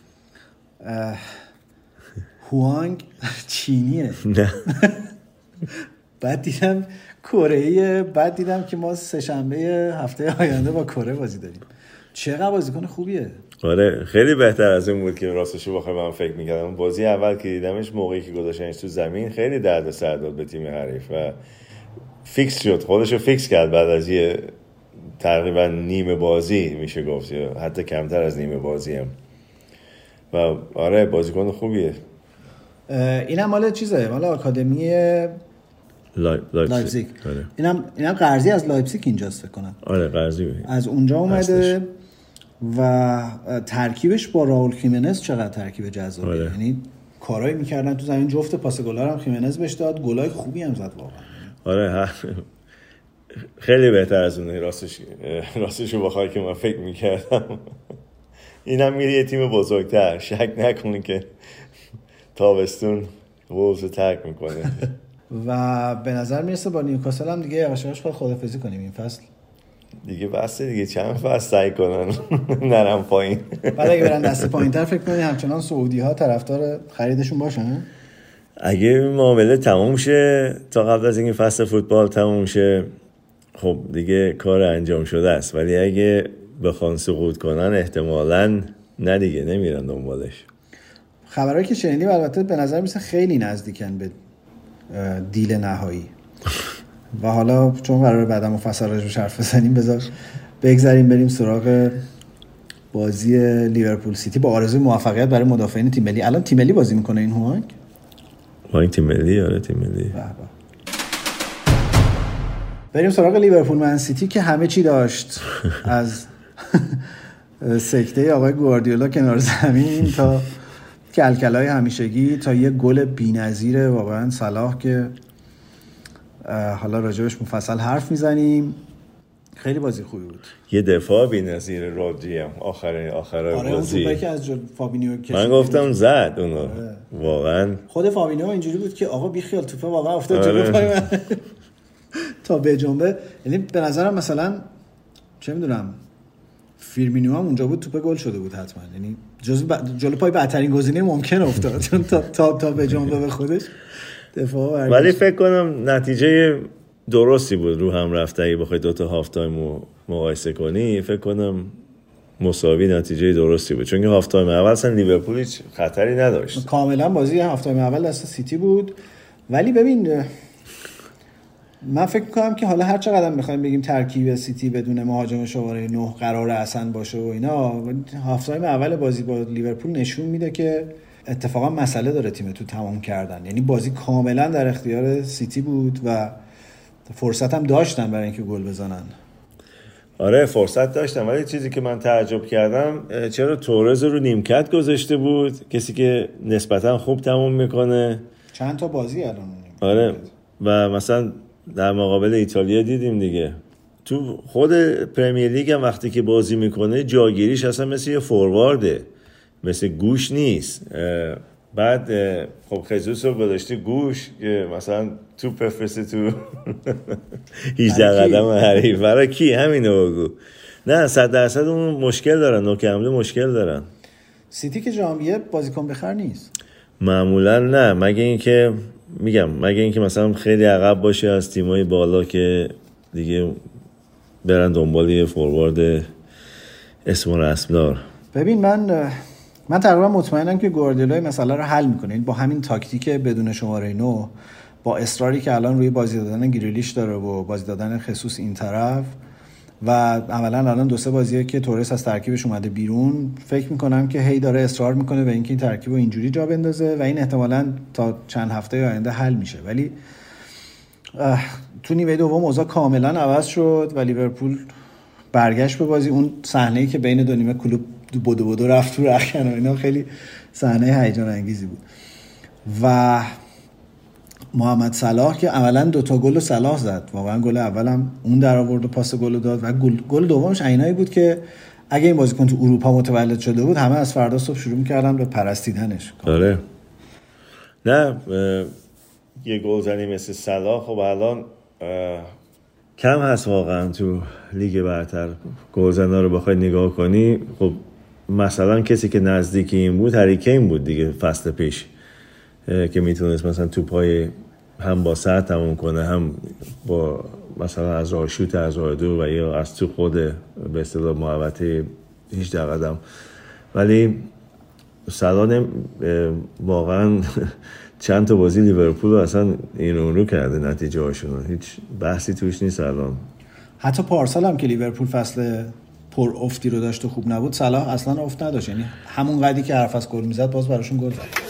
هوانگ چینیه نه بعد دیدم کره‌ایه بعد دیدم که ما سه شنبه هفته آینده با کره بازی داریم چقدر بازیکن خوبیه آره خیلی بهتر از این بود که راستشو بخوام من فکر می‌کردم بازی اول که دیدمش موقعی که گذاشتنش تو زمین خیلی دردسر داد به تیم حریف و فیکس شد خودشو فیکس کرد بعد از یه تقریبا نیمه بازی میشه گفت یا حتی کمتر از نیمه بازی هم و آره بازیکن خوبیه اینم مال چیزه مال آکادمی لای... لایپزیگ اینم اینم قرضی از لایپزیگ اینجاست فکر کنم آره قرضی از اونجا اومده و ترکیبش با راول خیمنز چقدر ترکیب جذابه آره. یعنی کارایی میکردن تو زمین جفت پاس گل‌ها هم خیمنز بهش داد گلای خوبی هم زد واقعا آره خیلی بهتر از اونه راستش راستشو بخوای که من فکر میکردم اینم میره یه تیم بزرگتر شک نکنی که تابستون وولز ترک میکنه و به نظر میرسه با نیوکاسل هم دیگه یواش یواش باید خدافظی کنیم این فصل دیگه بسته دیگه چند فصل سعی کنن نرم پایین بعد اگه برن دست پایین‌تر فکر کنی همچنان سعودی ها طرفدار خریدشون باشن اگه این معامله تموم شه تا قبل از اینکه فصل فوتبال تموم شه خب دیگه کار انجام شده است ولی اگه بخوان سقوط کنن احتمالاً نه دیگه نمیرن دنبالش خبرایی که شنیدیم البته به نظر میسه خیلی نزدیکن به دیل نهایی و حالا چون قراره بعدا مفصل راجعش حرف بزنیم بذار بگذاریم بریم سراغ بازی لیورپول سیتی با آرزوی موفقیت برای مدافعین تیم ملی. الان تیم ملی بازی میکنه این هوانگ؟ هوانگ تیم ملی آره تیم ملی. بریم سراغ لیورپول من سیتی که همه چی داشت از سکته آقای گواردیولا کنار زمین تا کلکلای همیشگی تا یه گل بی‌نظیر واقعا صلاح که حالا راجبش مفصل حرف میزنیم. خیلی بازی خوبی بود. یه دفاع بی‌نظیر رودری هم آخر آخر آره بازی. اون توپی که از فابینیو کشید. من گفتم زد اونو. آره. واقعا خود فابینیو اینجوری بود که آقا بی خیال توپ واقعا افتاد جلو پای من تا به جنبه. یعنی به نظرم مثلا چه میدونم فیرمینیو هم اونجا بود توپ گل شده بود حتما. یعنی جزو ب... جلو پای بدترین گزینه ممکن افتاد چون تا تا تا به جنبه به خودش دفاع. ولی فکر کنم نتیجه درستی بود رو هم رفته. اگه بخوای دو تا هاف تایم رو مقایسه کنی فکر کنم مساوی نتیجه درستی بود چون که هاف تایم اول اصلا لیورپول هیچ خطری نداشت. کاملا بازی هاف تایم اول دست سیتی بود. ولی ببین من فکر کنم که حالا هر چقدر می‌خوایم بگیم ترکیب سیتی بدون مهاجم شماره نه قراره اصلا باشه و اینا هاف تایم اول بازی با لیورپول نشون میده که اتفاقا مسئله داره تیم تو تمام کردن. یعنی بازی کاملا در اختیار سیتی بود و فرصت هم داشتن برای اینکه گل بزنن. آره فرصت داشتم، ولی چیزی که من تعجب کردم چرا تورز رو نیمکت گذاشته بود، کسی که نسبتا خوب تموم میکنه. چند تا بازی الان. آره و مثلا در مقابل ایتالیا دیدیم دیگه، تو خود پرمیر لیگ هم وقتی که بازی میکنه جاگیریش اصلا مثل یه فوروارده، مثل گوش نیست. بعد خب خجوس رو گذاشته گوش که مثلا تو پرفرسته تو هجده قدم حریف. برای کی؟ همینو بگو. نه صد درصد اون مشکل دارن، نوک حمله مشکل دارن. سیتی که جامعه بازیکن بخر نیست معمولا، نه مگه اینکه میگم مگه اینکه مثلا خیلی عقب باشه از تیمای بالا که دیگه برن دنبال یه فوروارد اسم و رسمدار. ببین من من تقریبا مطمئنم که گواردیولا مسئله رو حل میکنه با همین تاکتیک بدون شماره نو، با اصراری که الان روی بازی دادن گریلیش داره و بازی دادن خصوص این طرف و عملا الان دو سه بازیه که تورس از ترکیبش اومده بیرون. فکر میکنم که هی داره اصرار میکنه به اینکه این ترکیب رو اینجوری جا بندازه و این احتمالاً تا چند هفته آینده حل میشه. ولی تو نیمه دوم اوضاع کاملا عوض شد و لیورپول برگشت به بازی. اون صحنه‌ای که بین دو نیمه کلوب بودو بودو رفت تو رخکن و اینا خیلی صحنه هیجان انگیزی بود. و محمد صلاح که اولا دو تا گل صلاح زد، واقعا گل اولم اون در آورد و پاس گل داد و گل گل دومش عینایی بود که اگه این بازیکن تو اروپا متولد شده بود همه از فردا صبح شروع می‌کردن به پرستیدنش. آره نه یه گلزنی مثل صلاح خب الان کم هست واقعا تو لیگ برتر. گلزنا رو بخوای نگاه کنی، خب مثلا کسی که نزدیکی این بود هری کین بود دیگه فصل پیش که میتونست مثلا توپای هم با سر تموم کنه، هم با مثلا از راه شوت از راه دور و یا از تو خود به اصطلاح محوطه هجده قدم. ولی صلاح واقعا چند تا بازی لیورپول اصلا این اون رو کرده، نتیجه هاشون هیچ بحثی توش نیست الان. حتی پارسال هم که لیورپول فصل پر افتی رو داشت و خوب نبود، صلاح اصلا افت نداشت. یعنی همون قدری که حرف از گل میزد باز براشون گل زد.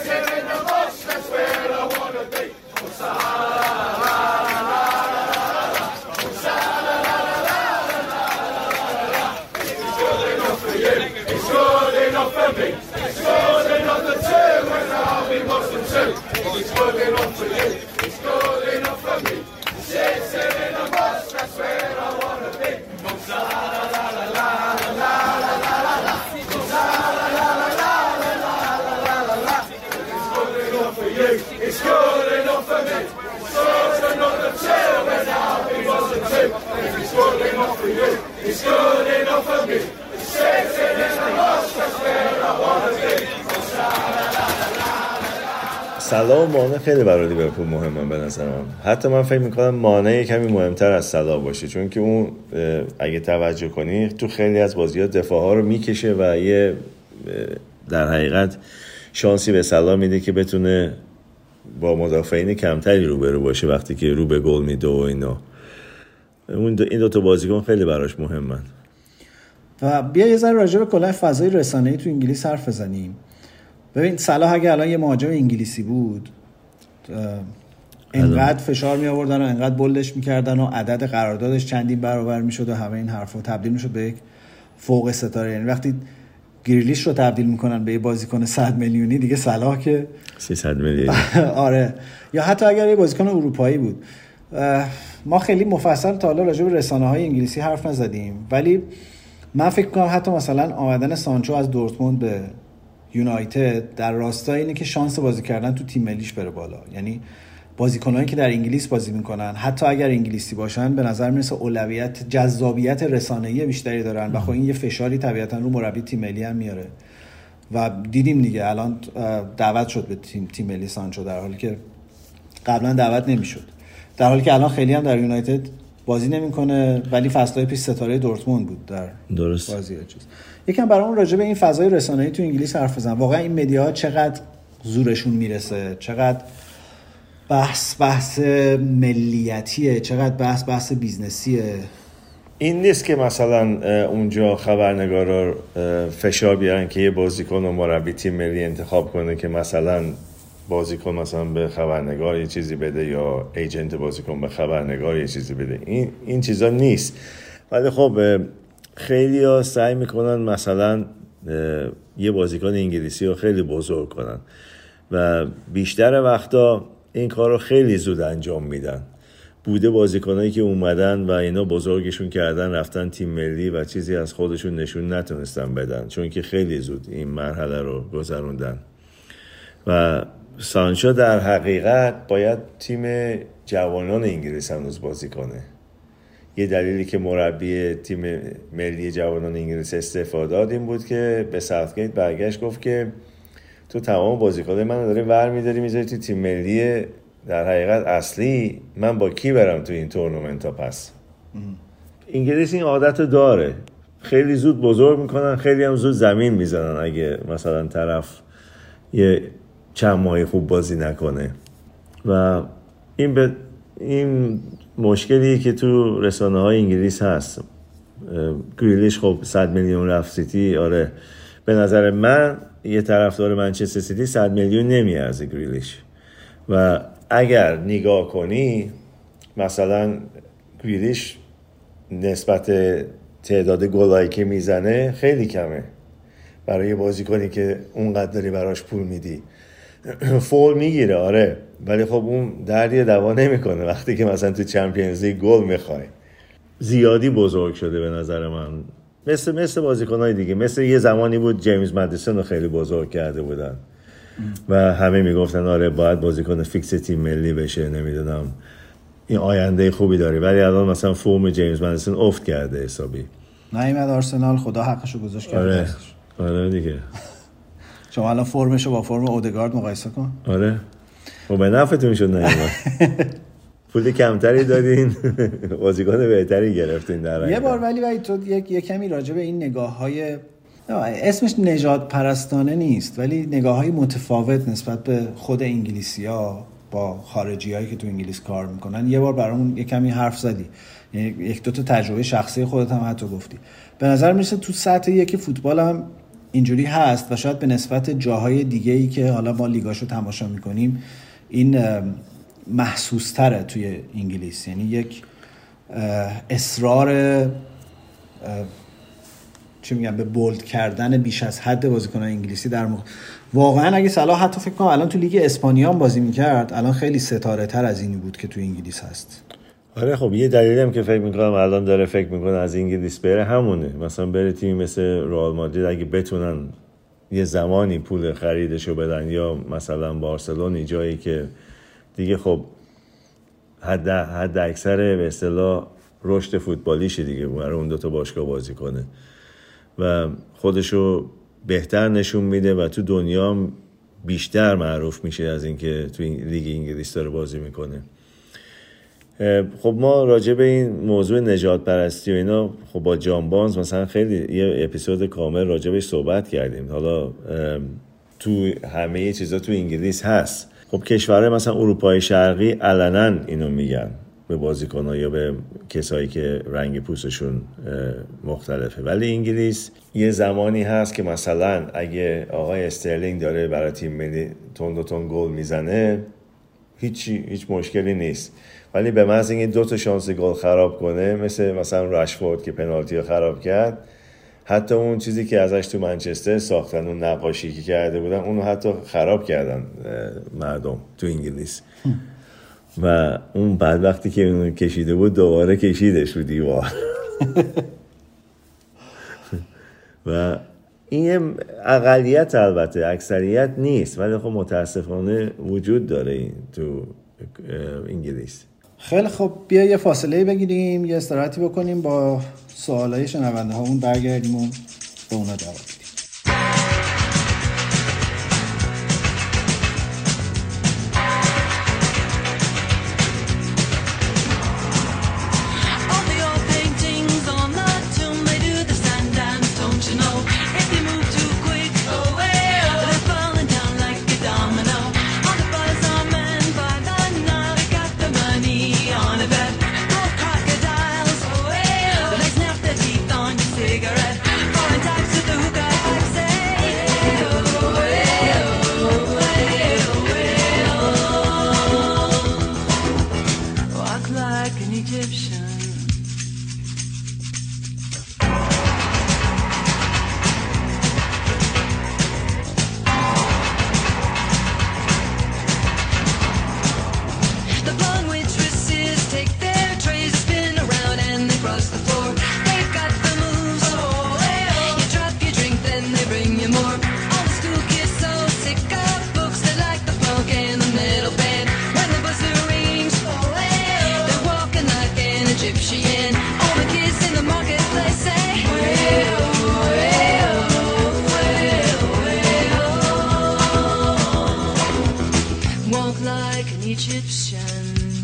صلاح و مانع خیلی برای لیورپول مهمه به نظر من. حتی من فکر میکنم مانع کمی مهمتر از صلاح باشه، چون که اون اگه توجه کنی تو خیلی از بازی‌ها دفاع‌ها رو میکشه و یه در حقیقت شانسی به صلاح میده که بتونه با مدافعین کمتری روبرو باشه وقتی که رو به گل میده و اینا. اون دو این دو تا بازیکن خیلی براش مهمن. و بیا یه ذره راجع به کلا فضای رسانه‌ای تو انگلیس حرف بزنیم. ببین صلاح اگه الان یه مهاجم انگلیسی بود انقدر فشار می آوردن و انقدر بولدش میکردن و عدد قراردادش چندین برابر میشد و همه این حرفا تبدیل میشد به یک فوق ستاره. یعنی وقتی گریلیش رو تبدیل میکنن به یه بازیکن صد میلیونی، دیگه صلاح که سیصد میلیون آره. یا حتی اگر یه بازیکن اروپایی بود. ما خیلی مفصل تا حالا راجع به رسانه‌های انگلیسی حرف نزدیم، ولی من فکر کنم حتی مثلا آمدن سانچو از دورتموند به یونایتد در راستای اینه که شانس بازی کردن تو تیم ملیش بره بالا. یعنی بازیکنایی که در انگلیس بازی میکنن حتی اگر انگلیسی باشن به نظر میرسه اولویت جذابیت رسانه‌ای بیشتری دارن و خب این یه فشاری طبیعتا رو مربی تیم ملی هم میاره و دیدیم دیگه الان دعوت شد به تیم تیم ملی سانچو در حالی که قبلا دعوت نمیشد، در حالی که الان خیلی هم در یونایتد بازی نمیکنه ولی فصل‌های پیش ستاره دورتموند بود در درست بازی چیز. یکم برامون راجع به این فضای رسانه‌ای تو انگلیس حرف بزن. واقعا این مدیاها چقدر زورشون میرسه، چقدر بحث بحث ملیتیه، چقدر بحث بحث بیزنسیه. این نیست که مثلا اونجا خبرنگارا فشار بیارن که یه بازیکن و مربی تیم ملی انتخاب کنه که مثلا بازیکن مثلا به خبرنگار یه چیزی بده یا ایجنت بازیکن به خبرنگار یه چیزی بده. این این چیزا نیست. ولی خب خیلی‌ها سعی میکنن مثلا یه بازیکن انگلیسی رو خیلی بزرگ کنن و بیشتر وقتا این کار رو خیلی زود انجام میدن. بوده بازیکنایی که اومدن و اینا بزرگشون کردن رفتن تیم ملی و چیزی از خودشون نشون نتونستن بدن چون که خیلی زود این مرحله رو گذروندن. و سانچو در حقیقت باید تیم جوانان انگلیس هنوز بازی کنه. یه دلیلی که مربی تیم ملی جوانان انگلیس استعفا داد این بود که به ساوتگیت برگشت گفت که تو تمام بازیکنان منو داری ور می‌داری میذاری تو تیم ملی، در حقیقت اصلی من با کی برم تو این تورنمنت ها؟ پس انگلیس این عادت داره، خیلی زود بزرگ میکنن، خیلی هم زود زمین میزنن اگه مثلا طرف یه چند ماهی خوب بازی نکنه. و این به این مشکلیه که تو رسانه های انگلیس هست. گریلیش خب صد میلیون رفت سیتی، آره به نظر من یه طرفدار منچستر سیتی صد میلیون نمیارزه گریلیش. و اگر نگاه کنی مثلا گریلیش نسبت تعداد گلایی که میزنه خیلی کمه برای بازیکنی که اونقدر داری براش پول میدی. فول میگیره آره، ولی خب اون دردی دوا نمیکنه وقتی که مثلا تو چمپیونز لیگ گل میخوای. زیادی بزرگ شده به نظر من، مثل مثل بازیکنای دیگه. مثل یه زمانی بود جیمز مدیسون رو خیلی بزرگ کرده بودن و همه میگفتن آره باید بازیکن فیکس تیم ملی بشه، نمیدونم این آینده خوبی داره. ولی الان مثلا فرم جیمز مدیسون افت کرده حسابی. نیومد آرسنال، خدا حقشو گذاشت کرده. آره آره دیگه. شما الان فرمشو با فرم اودگارد مقایسه کن. آره خب به نفعتون شد نیومد. پول کمتری دادین بازیکن بهتری گرفتین در یه بار. ولی ولی تو یک یک کمی راجع به این نگاه‌های، اسمش نژاد پرستانه نیست ولی نگاه‌های متفاوت نسبت به خود انگلیسی‌ها با خارجی‌هایی که تو انگلیس کار میکنن یه بار برامون یک کمی حرف زدی، یعنی یک دو تا تجربه شخصی خودت هم حتی گفتی. به نظر میرسه تو سطح یکی فوتبال هم اینجوری هست و شاید به نسبت جاهای دیگه‌ای که حالا ما لیگاشو تماشا میکنیم این محسوس تره توی انگلیس. یعنی یک اصرار چی میگم به بولد کردن بیش از حد بازیکنان انگلیسی در موقع. واقعا اگه صلاح حتی فکر کنم الان تو لیگ اسپانیا هم بازی میکرد الان خیلی ستاره تر از اینی بود که تو انگلیس هست. آره خب یه دلیلی هم که فکر میکنم الان داره فکر میکنه از انگلیس بره همونه. مثلا بره تیمی مثل رئال مادرید اگه بتونن یه زمانی پول خریدشو بدن، یا مثلا بارسلون جایی که دیگه خب حد حد اکثر به اصطلاح رشد فوتبالیشه دیگه برای اون دو تا باشگاه بازی کنه و خودشو بهتر نشون میده و تو دنیا بیشتر معروف میشه از اینکه تو لیگ انگلیس داره بازی میکنه. خب ما راجع به این موضوع نژاد پرستی و اینا خب با جان بانز مثلا خیلی یه اپیزود کامل راجع بهش صحبت کردیم. حالا تو همه چیزا تو انگلیس هست. خب کشورهای مثلا اروپای شرقی علنا اینو میگن به بازیکن‌ها یا به کسایی که رنگ پوستشون مختلفه. ولی انگلیس یه زمانی هست که مثلا اگه آقای استرلینگ داره برای تیم ملی تون دو تون گل میزنه هیچ هیچ مشکلی نیست. ولی به محض اینکه دو تا شانس گل خراب کنه، مثل مثلا رشفورد که پنالتی رو خراب کرد، حتی اون چیزی که ازش تو منچستر ساختن، اون نقاشی که کرده بودن، اونو حتی خراب کردن مردم تو انگلیس. و اون بعد وقتی که اونو کشیده بود دوباره کشیدش رو دیوار. و این اقلیت البته اکثریت نیست، ولی خب متاسفانه وجود داره این تو انگلیس. خیلی خب بیا یه فاصله بگیریم، یه استراحتی بکنیم، با سوالای شنونده هامون برگردیم و به اونا جواب بدیم. Let's Egyptian.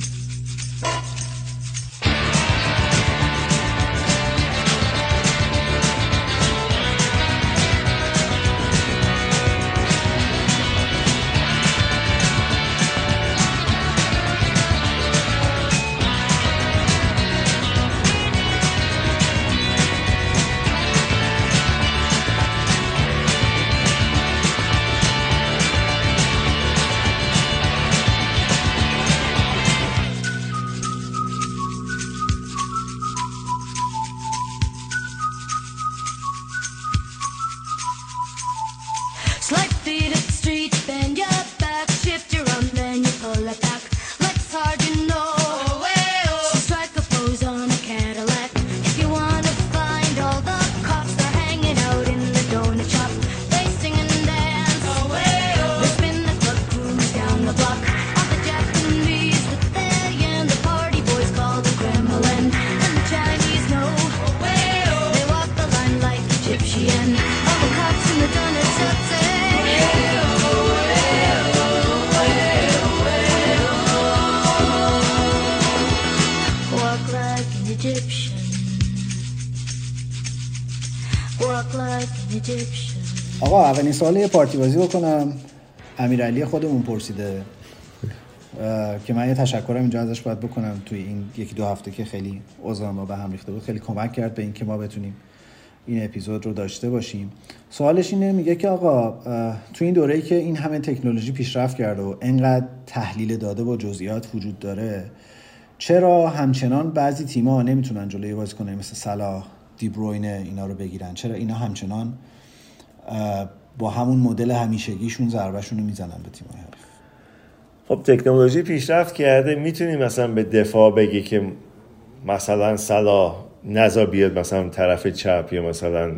Slight feet up the street, bend your back, shift your arm, then you pull it back. Legs hard, you know. Oh, hey, oh. So strike a pose on a Cadillac. If you wanna find all the cops, they're hanging out in the donut shop. They sing and dance. Oh, hey, oh. They spin the club cruise down the block. All the Japanese with their yen, the party boys call the Kremlin. And the Chinese know. Oh, hey, oh. They walk the line like Egyptian. All the cops in the donut shop say. آقا اولین سوال یه پارتی بازی بکنم. امیرعلی خودمون پرسیده که من یه تشکرم اینجا ازش باید بکنم. توی این یکی دو هفته که خیلی اوضاع ما به هم ریخته بود خیلی کمک کرد به این که ما بتونیم این اپیزود رو داشته باشیم. سوالش اینه، میگه که آقا تو این دوره‌ای که این همه تکنولوژی پیشرفت کرده و انقدر تحلیل داده با جزئیات وجود داره، چرا همچنان بعضی تیم‌ها نمیتونن جلوی بازیکن‌های مثل صلاح، دی بروینه اینا رو بگیرن؟ چرا اینا همچنان با همون مدل همیشگیشون ضربه‌شون رو میزنن به تیم‌های حریف؟ خب تکنولوژی پیشرفت کرده، میتونی مثلا به دفاع بگی که مثلا صلاح نزا بیاد مثلا طرف چپ یا مثلا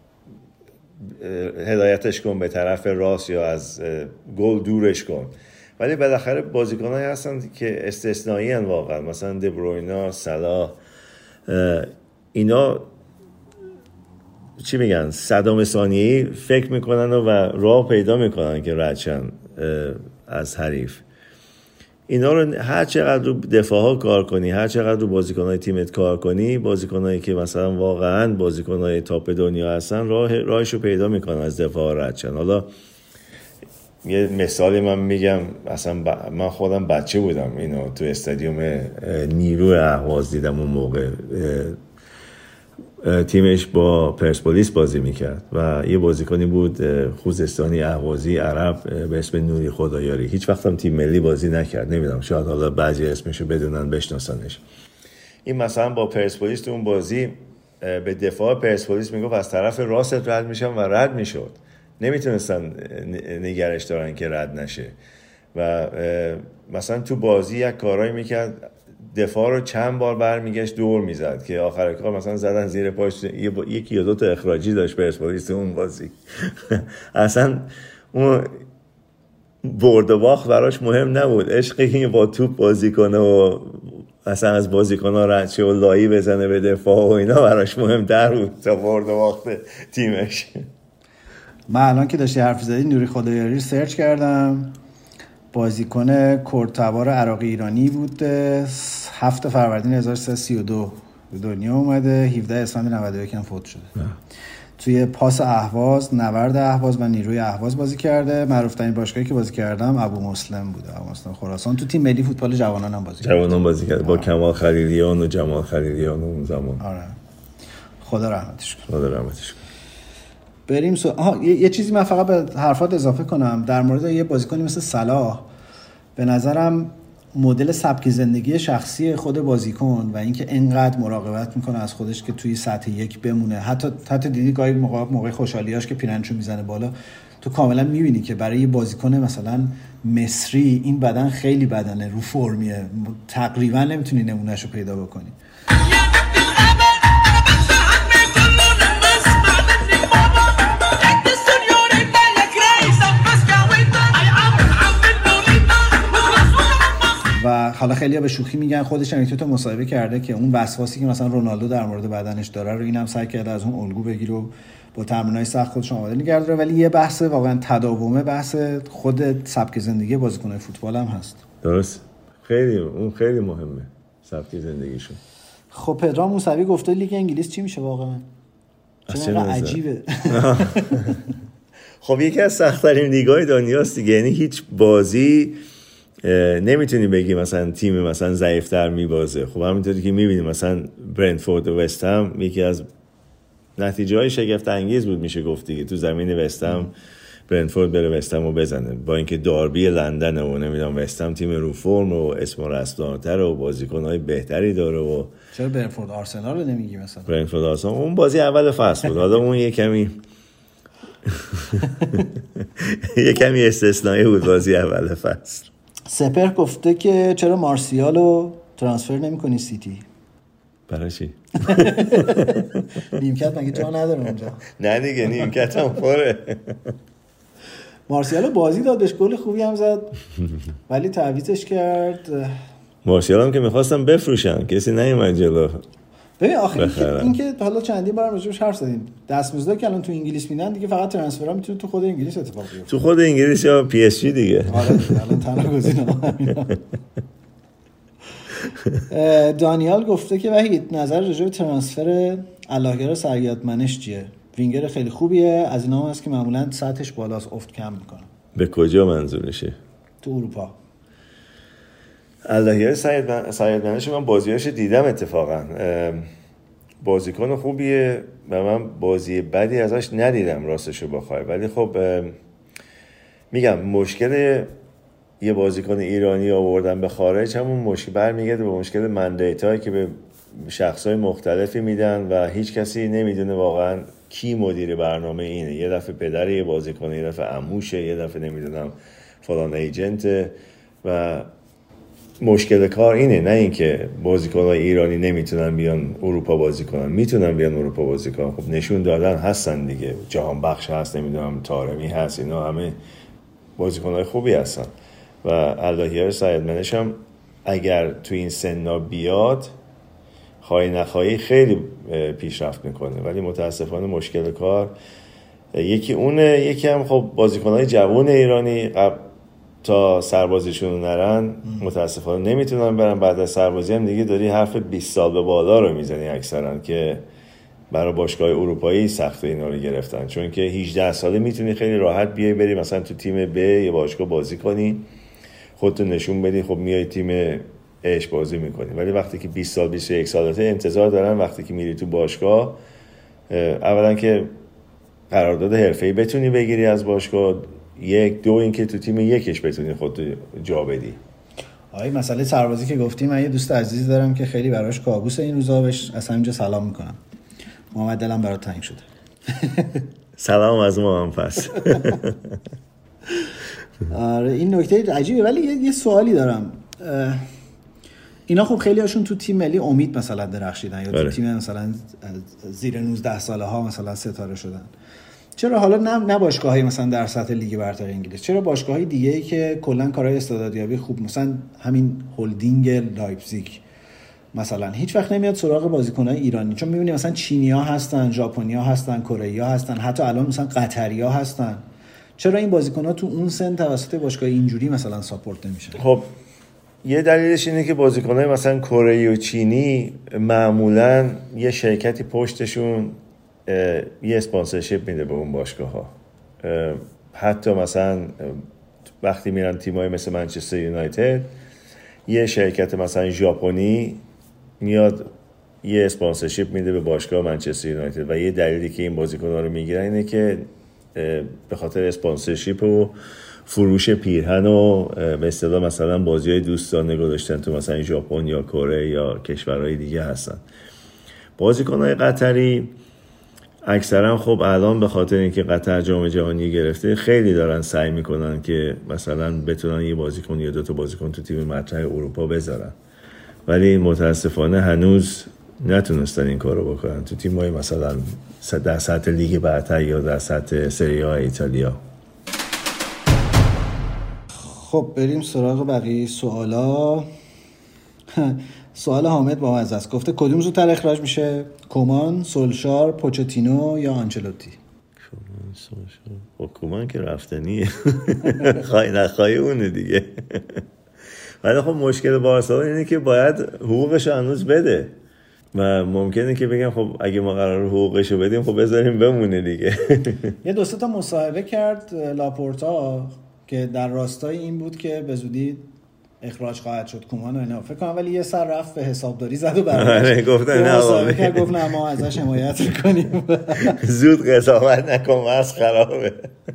هدایتش کن به طرف راست یا از گل دورش کن، ولی بالاخره بازیکنایی هستن که استثنایی ان واقعا، مثلا دی بروینه، صلاح، اینا چی میگن صدام ثانیه‌ای فکر میکنن و راه پیدا میکنن که رد شن از حریف. اینا رو هر چقدر رو دفاعها کار کنی، هر چقدر رو بازیکن‌های تیمت کار کنی، بازیکنایی که مثلا واقعا بازیکن‌های تاپ دنیا هستن راه راهش رو پیدا میکنن از دفاع رد شن. حالا یه مثالی من میگم، اصلا ب... من خودم بچه بودم اینو تو استادیوم نیروی اهواز دیدم. اون موقع تیمش با پرسپولیس بازی میکرد و یه بازیکنی بود خوزستانی اهوازی عرب به اسم نوری خدایاری. هیچ وقت هم تیم ملی بازی نکرد، نمیدونم شاید حالا بعضی اسمشو بدونن بشناسنش. این مثلا با پرسپولیس تو اون بازی به دفاع پرسپولیس میگفت از طرف راست رد میشم و رد میشد، نمیتونستن نگرش دارن که رد نشه. و مثلا تو بازی یک کارایی میکرد، دفاع رو چند بار برمیگشت دور میزد که آخر کار مثلا زدن زیر پاش. یکی یا دو تا اخراجی داشت پرسپولیس اون بازی. اصلا اون برد و باخت براش مهم نبود، عشقی که با توپ بازی کنه و اصلا از بازیکن‌ها رد شه و لایی بزنه به دفاع و اینا براش مهم‌تر بود تا برد و باخت تیمش. من الان که داشتی حرف زدی نوری خدایاری رو سرچ کردم. بازیکن کورتبار عراقی ایرانی بود، هفت فروردین هزار و سیصد و سی و دو به دنیا اومده، هفده اسفند نود و یک هم فوت شده. نه. توی پاس اهواز، نورد اهواز و نیروی اهواز بازی کرده. معروف‌ترین باشگاهی که بازی کردم ابو مسلم بوده، ابو مسلم خراسان. تو تیم ملی فوتبال جوانان هم بازی کرد. جوانان بازی کرد با کمال خلیلیان و جمال خلیلیان اون زمان. آره. خدا رحمتش کنه. خدا رحمتش کنه. بریم سو... آها یه،, یه چیزی من فقط به حرفات اضافه کنم در مورد یه بازیکنی مثل صلاح. به نظرم مدل سبک زندگی شخصی خود بازیکن و اینکه انقدر مراقبت میکنه از خودش که توی سطح یک بمونه، حتی حتی دیدی گاهی موقع موقع خوشحالیاش که پیرنشو میزنه بالا، تو کاملا میبینی که برای یه بازیکن مثلا مصری این بدن خیلی بدنه رو فرمیه، تقریبا نمیتونی نمونهشو پیدا بکنی. و حالا خیلی‌ها به شوخی میگن، خودش هم تو مصاحبه کرده که اون وسواسی که مثلا رونالدو در مورد بدنش داره رو اینم سعی کرده از اون الگو بگیره و با تمرینای سخت خودش آماده نگه داره. ولی یه بحث واقعا تداومه، بحث خود سبک زندگی بازیکن‌های فوتبال هم هست. درست. خیلی اون خیلی مهمه سبک زندگیشون. خب پدرام موسوی گفته لیگ انگلیس چی میشه واقعا؟ چون عجیبه. خب یکی از سخت‌ترین لیگ‌های دنیاست دیگه، یعنی هیچ بازی نمیتونی بگی مثلا تیم مثلا ضعیف‌تر میبازه. خب همینطوری که میبینیم مثلا برنتفورد و وست هم یکی از نتیجه‌های شگفت انگیز بود میشه گفت دیگه، تو زمین وست هم برنتفورد بره وست هم رو بزنه، با اینکه داربی لندن و نمیدونم وست هم تیم رو فرم و اسم رستان‌تر و بازیکن‌های بهتری داره. و چرا برنتفورد آرسنال رو نمیگی مثلا؟ برنتفورد آرسنال اون بازی اول فصل بود، حالا اون یه کمی یه کمی استثنایی بود بازی اول فصل. سپر گفته که چرا مارسیال رو ترانسفر نمی‌کنی سیتی؟ برای چی؟ نیمکت مگه جا نداره اونجا؟ نه دیگه نیمکت هم پره. مارسیال بازی داد، بهش گل خوبی هم زد ولی تعویضش کرد. مارسیال هم که میخواستم بفروشن کسی نیومد جلو. ببین آخه این که حالا چندین بارم راجعش حرف زدیم، دستمزدا که الان تو انگلیس میدن دیگه فقط ترانسفرها میتونه تو خود انگلیس اتفاق بیفته، تو خود انگلیس یا پی اس جی دیگه. آره الان تنها گزینه‌ها همینا. دانیال گفته که وحید نظر راجع به ترانسفر علاهگر سرگردمنش چیه؟ وینگر خیلی خوبیه، از اینا هم هست که معمولا سطحش بالاست، افت کم میکنه. به کجا منظورشه؟ تو اروپا. علاهگر سرگردمنش من بازیاش دیدم اتفاقا، بازیکن خوبیه و من بازی بدی ازش ندیدم راستشو بخوای، ولی خب میگم مشکل یه بازیکن ایرانی آوردن به خارج همون مشکل برمیگرده به مشکل مندیتایی که به شخصای مختلفی میدن و هیچ کسی نمیدونه واقعا کی مدیر برنامه اینه. یه دفعه پدر یه بازیکن، یه دفعه عموشه، یه دفعه نمیدونم فلان ایجنته و مشکل کار اینه، نه اینکه بازیکن‌های ایرانی نمیتونن بیان اروپا بازی کنن، میتونن بیان اروپا بازی کنن. خب نشون دادن هستن دیگه، جهان بخش هست، نمیدونم طارمی هست، اینا همه بازیکن‌های خوبی هستن و علاهیر سرگردمنش هم اگر تو این سنا بیاد خواهی نخواهی خیلی پیشرفت میکنه، ولی متاسفانه مشکل کار یکی اونه، یکی هم خب بازیکن‌های جوان ایرانی قبل تا سربازیشون نرن متاسفانه نمیتونن برن، بعد از سربازی هم دیگه داری حرف بیست سال به بالا رو میزنی اکثرا که برای باشگاه اروپایی سخته اینا رو گرفتن، چون که هجده ساله میتونی خیلی راحت بیای بری مثلا تو تیم ب یه باشگاه بازی کنی، خودتو نشون بدی، خب میای تیم اش بازی میکنی، ولی وقتی که بیست سال بیست و یک سالته انتظار دارن وقتی که میری تو باشگاه اولا که قرارداد حرفه‌ای بتونی بگیری از باشگاه، یک دو اینکه تو تیم یکش بتونی خودتو جا بدی. آی مسئله سربازی که گفتیم، من یه دوست عزیز دارم که خیلی براش کابوس این روزا، بهش اصلا اینجا سلام میکنم. محمد دلم برات تنگ شده. سلام از ما هم پس. آره این نکته عجیبه، ولی یه, یه سوالی دارم. اینا خب خیلی هاشون تو تیم ملی امید مثلا درخشیدن یا تو تیم مثلا زیر نوزده ساله ها مثلا ستاره شدن، چرا حالا نه نه باشگاه‌های مثلا در سطح لیگ برتر انگلیس، چرا باشگاه‌های دیگه‌ای که کلا کارهای استعدادیابی خوب مثلا همین هولدینگ لایپزیگ مثلا هیچ وقت نمیاد سراغ بازیکن‌های ایرانی؟ چون می‌بینی مثلا چینی‌ها هستن، ژاپنی‌ها هستن، کره‌ای‌ها هستن، حتی الان مثلا قطری‌ها هستن، چرا این بازیکن‌ها تو اون سن توسط باشگاه اینجوری مثلا ساپورت نمیشن؟ خب یه دلیلش اینه که بازیکن‌های مثلا کره و چینی معمولاً یه شرکتی پشتشون یه اسپانسرشیپ میده به اون باشگاه‌ها. حتی مثلا وقتی میرن تیم‌های مثل منچستر یونایتد یه شرکت مثلا ژاپنی میاد یه اسپانسرشیپ میده به باشگاه منچستر یونایتد و یه دلیلی که این بازیکن‌ها رو میگیرن اینه که به خاطر اسپانسرشیپ و فروش پیرهن و به اصطلاح مثلا بازی‌های دوستانه گذاشتن تو مثلا ژاپن یا کره یا کشورهای دیگه هستن. بازیکن‌های قطری اکثرا خب الان به خاطر اینکه قطر جام جهانی گرفته خیلی دارن سعی میکنن که مثلا بتونن یه بازیکن یا دو تا بازیکن تو تیم مطرح اروپا بذارن، ولی متاسفانه هنوز نتونستن این کارو بکنن تو تیم‌های مثلا در سطح لیگ برتر یا در سطح سری آ ایتالیا. خب بریم سراغ بقیه سوالا. سوال حامد با مزه است، گفته کدوم زودتر اخراج میشه؟ کومان، سولشار، پوچتینو یا آنچلوتی؟ کومان، سولشار. خب کومان که رفتنیه. خواهی نخواهی اونه دیگه. ولی خب مشکل بارسا اینه که باید حقوقش هنوز بده و ممکنه که بگم خب اگه ما قرار حقوقش رو بدیم خب بذاریم بمونه دیگه. یه دو سه تا مصاحبه کرد لاپورتا که در راستای این بود که به زودی اخراج خواهد شد کومان و اینا، فکر کنم، ولی یه سر رفت به حسابداری زد و برگشت گفتن نه مصاحبه گفت نه ما ازش حمایت می‌کنیم. زود قضاوت نکن واسه خرابه.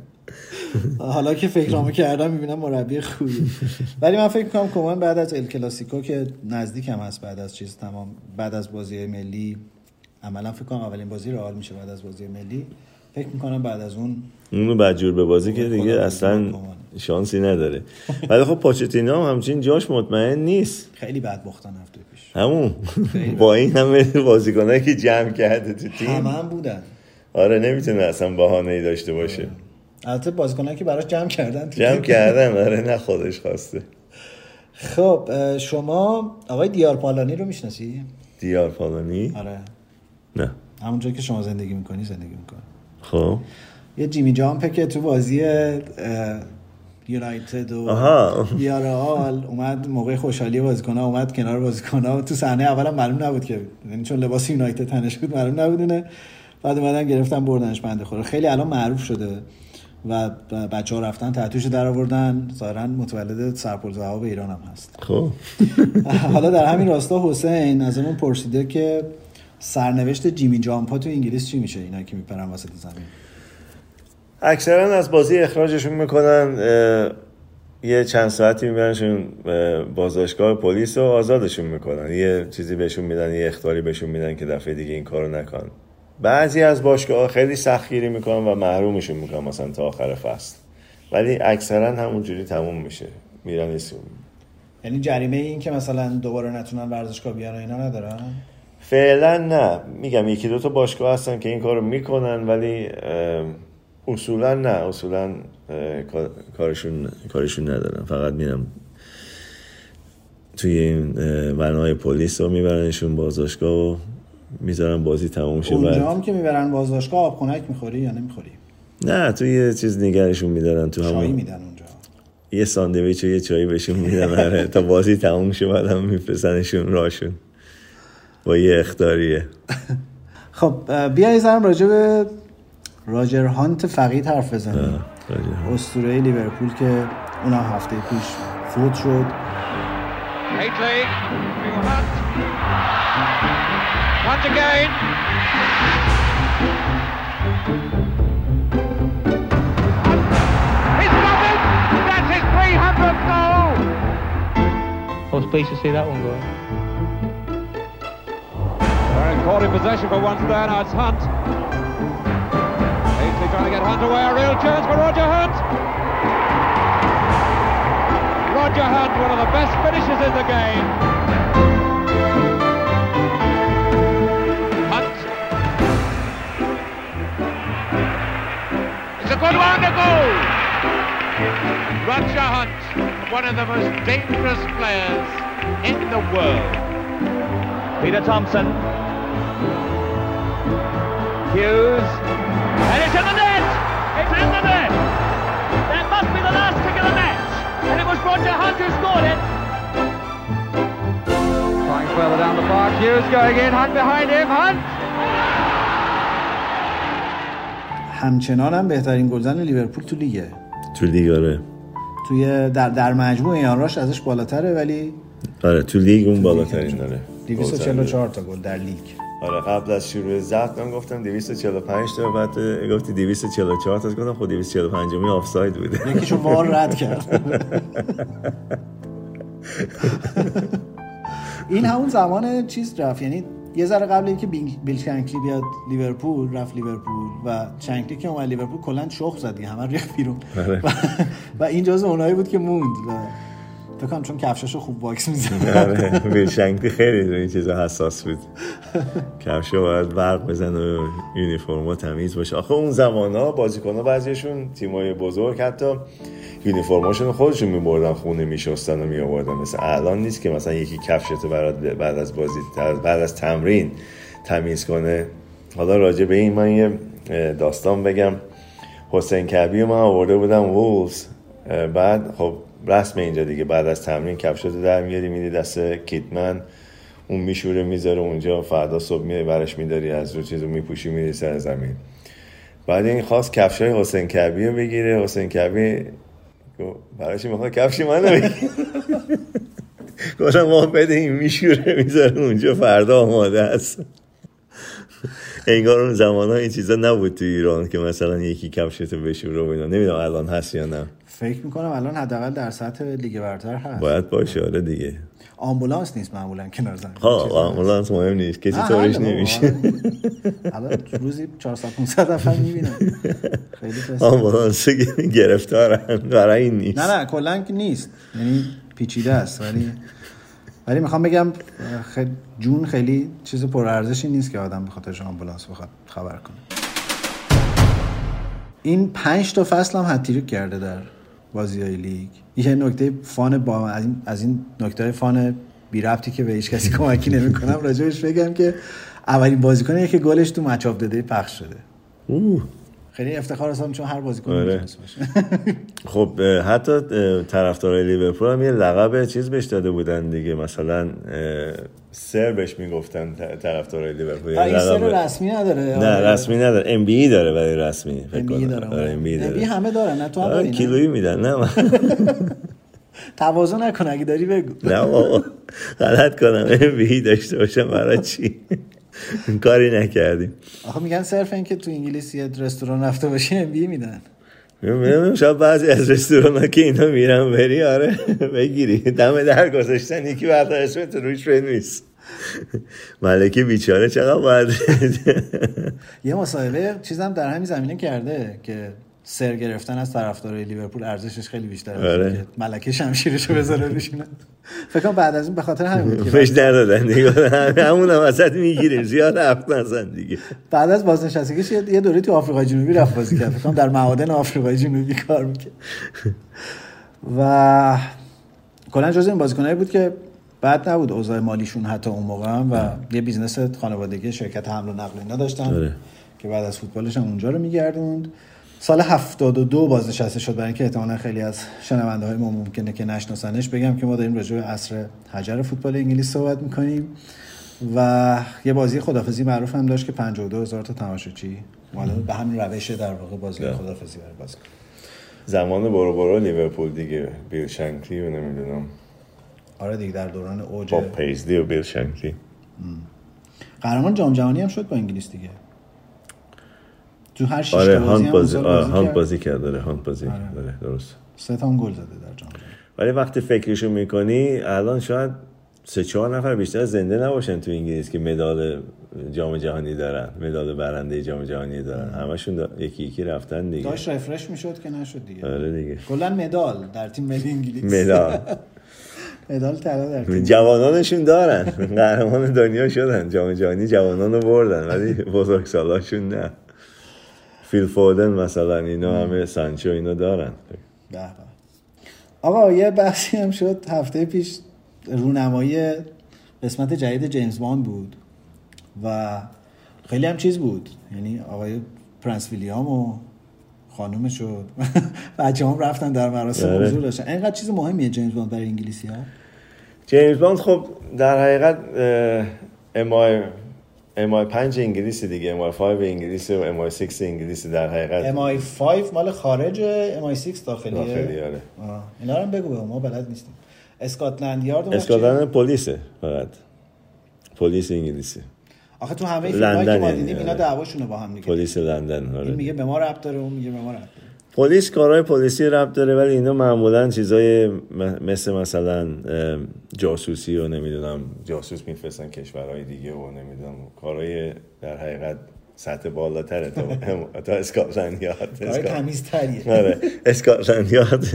حالا که فکرامو کردم میبینم مربی خوبی، ولی من فکر میکنم کومان بعد از ال کلاسیکو که نزدیک هم هست، بعد از چیز تمام، بعد از بازی ملی، عملا فکر کنم اولین بازی رئال میشه بعد از بازی ملی، فکر میکنم بعد از اون اونو بدجور به بازی که دیگه اصلا شانسی نداره. ولی خب پوچتینو هم همچین جاش مطمئن نیست، خیلی بد باختن هفته پیش همون با این همه بازیکنایی که جمع کرده تو تیم همه هم بودن. آره نمیتونه اصلا بهانه‌ای داشته باشه. البته بازیکنایی که براش جمع کردن جمع کردن آره نه خودش خواسته. خب شما آقای دیار پالانی رو میشناسی؟ دیار پالانی؟ آره. نه. همونجا که شما زندگی میکنی زندگی میکنه. خب یه جیمی جامپه که تو بازی یونایتد و ویارال اومد موقع خوشحالی بازیکن‌ها اومد کنار بازیکن‌ها، تو صحنه اول هم معلوم نبود که، یعنی چون لباس یونایتد تنش بود معلوم نبودونه، بعد اومدن گرفتن بردنش بنده خدا. خیلی الان معروف شده و بچه‌ها رفتن تتویش در آوردن، ظاهرا متولد سرپرزه‌ها ایران هم هست. خب حالا در همین راستا حسین ازمون پرسیده که سرنوشت جیمی جامپا تو انگلیس چی میشه، اینا که میپرن وسط زمین؟ اکثرا از بازی اخراجشون میکنن، یه چند ساعتی میبرنشون بازداشتگاه پلیس و آزادشون میکنن، یه چیزی بهشون میدن، یه اخطاری بهشون میدن که دفعه دیگه این کارو نکن. بعضی از باشگاه‌ها خیلی سختگیری میکنن و محرومشون میکنن مثلا تا آخر فصل، ولی اکثرا همونجوری تموم میشه، میرن اسم. یعنی جریمه این که مثلا دوباره نتونن ورزشگاه بیارن اینا ندارن؟ فعلا نه، میگم یکی دو تا باشگاه هستن که این کارو میکنن ولی اصولا نه، اصولا کارشون کارشون ندارن، فقط میرن توی این بنای پلیس رو میبرنشون بازداشتگاه و میذارن بازی تموم شه. اونجا هم که میبرن بازداشتگاه آب خنک میخوری یا نمیخوری؟ نه توی یه چیز نگرشون میدارن، تو همون چای میدن اونجا، یه ساندویچ و یه چای بهشون میدن تا بازی تموم شه، بعد هم میفرستنشون راهشون با یه اخطاریه. خب بیا یه ذره راجع به راجر هانت فقید حرف بزنیم، اسطوره لیورپول که اونم هفته پیش فوت شد. Haley, Hunt, Hunt again. He's got it. That's his three hundredth goal. I was pleased to see that one go. They're in caught in possession for once there. Now it's Hunt. Haley trying to get Hunt away. A real chance for Roger Hunt. Roger Hunt, one of the best finishers in the game. Hunt. It's a good one to goal. Roger Hunt, one of the most dangerous players in the world. Peter Thompson. Hughes. And it's in the net! It's in the net! That must be the last kick of the match. And it was Roger Hunt who scored it. Trying further down the park. Hughes going in. Hunt behind him. Hunt. همچنان هم بهترین گلزن لیورپول تو لیگه. تو لیگ آره. توی در در مجموع یانراش ازش بالاتره ولی آره تو لیگ اون بالاترین داره. دویست و چهل و چهار تا گل در لیگ. آره قبل از شروع ضبط من گفتم دویست و چهل و پنج تا، بعد گفتی دویست و چهل و چهار تا، گفتم خب دویست و چهل و پنج می آفساید بوده. یکیشو وار رد کرد. این همون زمان چیز رفت، یعنی یه ذره قبل اینکه بیل شنکلی بیاد لیورپول رفت لیورپول و شنکلی که اومد لیورپول کلا شخ زد دیگه، همه ریخت بیرون و این جزء اونایی بود که موند و فکر کنم چون کفشاشو خوب باکس می‌زنه. آره بیل شنکلی خیلی روی این چیزا حساس بود، کفشا باید برق بزنه و یونیفرما تمیز باشه. آخه اون زمانا بازیکن‌ها بعضیشون تیمای بزرگ حتی یونیفرماشون خودشون می‌بردن خونه می‌شستن و می‌آوردن، مثلا الان نیست که مثلا یکی کفشت برات بعد از بازی بعد از تمرین تمیز کنه. حالا راجع به این من یه داستان بگم. حسین کعبی من آورده بودم وولز، بعد خب رسم اینجا دیگه، بعد از تمرین کفشاتو در میاری میدی دست کیتمن، اون میشوره میذاره اونجا، فردا صبح میای برش میداری از رو چیزو میپوشی میری سر زمین. بعد این خواست کفشای حسین کعبی رو بگیره، حسین کعبی براش میخواد کفش منو بگیره. گفتم ما بده این میشوره میذاره اونجا فردا آماده است. انگار اون زمان ها این چیزا نبود تو ایران که مثلا یکی کفشتو بشوره و اینا. نمیدونم الان هست یا نه. فکر میکنم الان حداقل در سطح لیگ برتر هست. باید باشه آره دیگه. آمبولانس نیست معمولا کنار زمین. ها آمبولانس مهم نیست، کسی طورش نمیشه. الان روزی چهارصد پانصد نفر میبینن. خیلی پس آمبولانس گرفتارن، برای این نیست. نه نه کلا که نیست، یعنی پیچیده است. ولی ولی میخوام بگم خیلی جون خیلی چیز پرارزشی نیست که آدم به خاطرش آمبولانس بخواد خبر کنه. این پنج تا فصل هم هتریک کرده در بازی‌های لیگ. یه نکته فان با از این از این نکته فان بی ربطی که به هیچ کسی کمکی نمی‌کنم راجعش بگم که اولین بازیکنیه که گلش تو مچ اف داده پخش شده. اوه خیلی افتخار هستم چون هر بازیکن میتونه باشه. خب حتی طرفدارای لیورپول هم یه لقب چیز بهش داده بودن دیگه، مثلا سر بهش میگفتن طرفدارای لیورپول. این سر رسمی نداره؟ نه رسمی نداره، ام بی ای داره ولی رسمی فکر کنم. ام بی داره. همه دارن، نه تو هم داری؟ کیلویی میدن. نه تواضع نکن، اگه داری بگو. نه بابا غلط کنم ام بی ای داشته باشم برای چی؟ کاری نکردیم. آخه میگن صرف این که تو انگلیس یه رستوران رفته باشی ام بی میدن. میدونم شاید بعضی از رستوران ها که اینا میرن بری آره بگیری دم در گذاشتن یکی بعد اسمت روش بنویس. ملکه بیچاره چقدر باید. یه مصاحبه چیزم در همین زمینه کرده که سر گرفتن از طرفدارای لیورپول ارزشش خیلی بیشتره آره. که ملکه شمشیرشو بذاره روشونه. فکر کنم بعد از این به خاطر همین بود که بهش ندادن دیگه، همون هم وسط میگیریم زیاد حرف نزن دیگه. بعد از بازنشستگیش یه دوره تو آفریقای جنوبی رفت بازی کرد، فکر کنم در معادن آفریقای جنوبی کار میکرد و کلا جزو این بازیکنایی بود که بعد نبود اوضاع مالیشون حتی اون موقع هم و یه بیزنس خانوادگی شرکت حمل و نقل اینا داشتن آره. که بعد از فوتبالش هم اونجا رو میگردوند. سال هفتاد و دو بازنشسته شد، برای اینکه احتمالاً خیلی از شنونده های ما ممکنه که نشناسنش. بگم که ما داریم راجع به عصر حجر فوتبال انگلیس صحبت میکنیم و یه بازی خدافظی معروف هم داشت که پنجاه و دو هزار تا تماشاچی مالا به همین روش در واقع بازی خدافظی برای بازی کنه. زمان برو برو لیورپول دیگه، بیل شنکلی و نمیدونم آره دیگه در دوران اوج با پیزلی و بیل شنکلی قهرمان جام جهانی هم شد با انگلیس دیگه. تو هر شش آره تا بازی هم بازی بازی, بازی, بازی کرد داره هاند بازی آره. داره درست سه تا گل زده در جام. ولی وقتی فکرشو میکنی الان شاید سه چهار نفر بیشتر زنده نباشن تو انگلیس که مدال جام جهانی دارن، مدال برنده جام جهانی دارن. همشون دا... یکی یکی رفتن دیگه. داش رفرش میشد که نشد دیگه. آره دیگه. کلا مدال در تیم ملی انگلیس. مدال. مدال طلا در تیم. جوانانشون دارن. قهرمان دنیا شدن. جام جهانی جوانانو بردن ولی بزرگسالاشون نه. فیل فودن مثلا اینا همه سانچو اینا دارن. به به. آقا یه بحثی هم شد هفته پیش، رونمایی قسمت جدید جیمز باند بود و خیلی هم چیز بود، یعنی آقای پرنس ویلیام و خانومش و بچه هم رفتن در مراسم حضور داشتن. اینقدر چیز مهمیه جیمز باند برای انگلیسی ها؟ جیمز باند خب در حقیقت امای ام آی پنج انگلیسی دیگه، ام آی پنج انگلیسی و ام آی شش انگلیسی در حقیقت. ام آی پنج مال خارجه، ام آی شش داخلیه. داخلیه آره. آه. اینا رو هم بگو ما بلد نیستیم. اسکاتلند یارد اسکاتلند پلیسه فقط. پلیس انگلیسی. آخه تو همه فیلمایی که ما دیدیم اینا دعواشونه با هم دیگه. پلیس لندن آره. این میگه به ما ربط داره، اون میگه به ما ربط داره. پلیس کارهای پلیسی ربط داره ولی اینا معمولا چیزای مثل مثلا جاسوسی و نمیدونم جاسوس میفرستن کشورهای دیگه و نمیدونم کارهای در حقیقت سطح بالاتره تا تا اسکاتلند یارد. کارهای تمیزتریه. آره اسکاتلند یارد.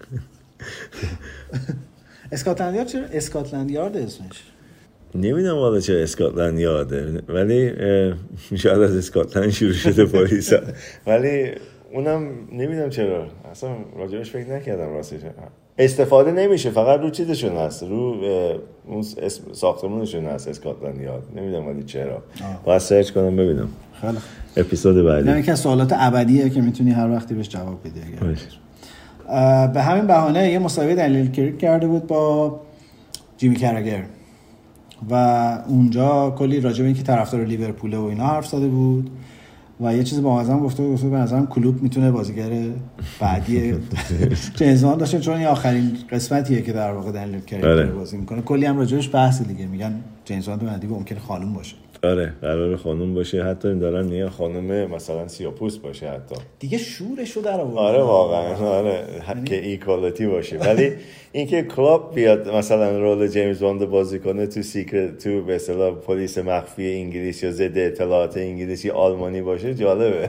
اسکاتلند یارد چرا اسکاتلند یارد اسمش؟ نمیدونم والا چه اسکاتلند یارده ولی شاید از اسکاتلند شروع شده پلیس ولی اونم نمیدونم چرا اصلا راجبش فکر نکردم راستش. استفاده نمیشه، فقط رو چیزشون هست، رو اون ساختمونشون هست اسکاتلند یارد. نمیدونم ولی چرا. باید سرچ کنم ببینم. خیلی اپیزود بعدی. نه یکی از سوالات ابدیه که میتونی هر وقتی بهش جواب بدی. به همین بهانه یه مسابقه دنیل کریک کرده بود با جیمی کراگر و اونجا کلی راجع به اینکه طرفدار لیورپول و اینا حرف زده بود و یه چیز با مزه گفته بود، گفته به نظرم کلوب میتونه بازیگر بعدی جیمز باند باشه، چون این آخرین قسمتیه که در واقع دنیل کریک بازی میکنه. کلی هم راجعش بحث دیگه، میگن جیمز باند بعدی ممکنه خانم باشه. آره قرار خانم باشه، حتی این دارن میگن خانم مثلا سیاپوست باشه حتی دیگه شورشو در آورد. آره واقعا آره که ایکوالتی باشه. ولی اینکه کلوب بیاد مثلا رول جیمز باند بازی کنه تو سیکرت تو به اصطلاح پلیس مخفی انگلیس یا ضد اطلاعات انگلیسی آلمانی باشه جالبه.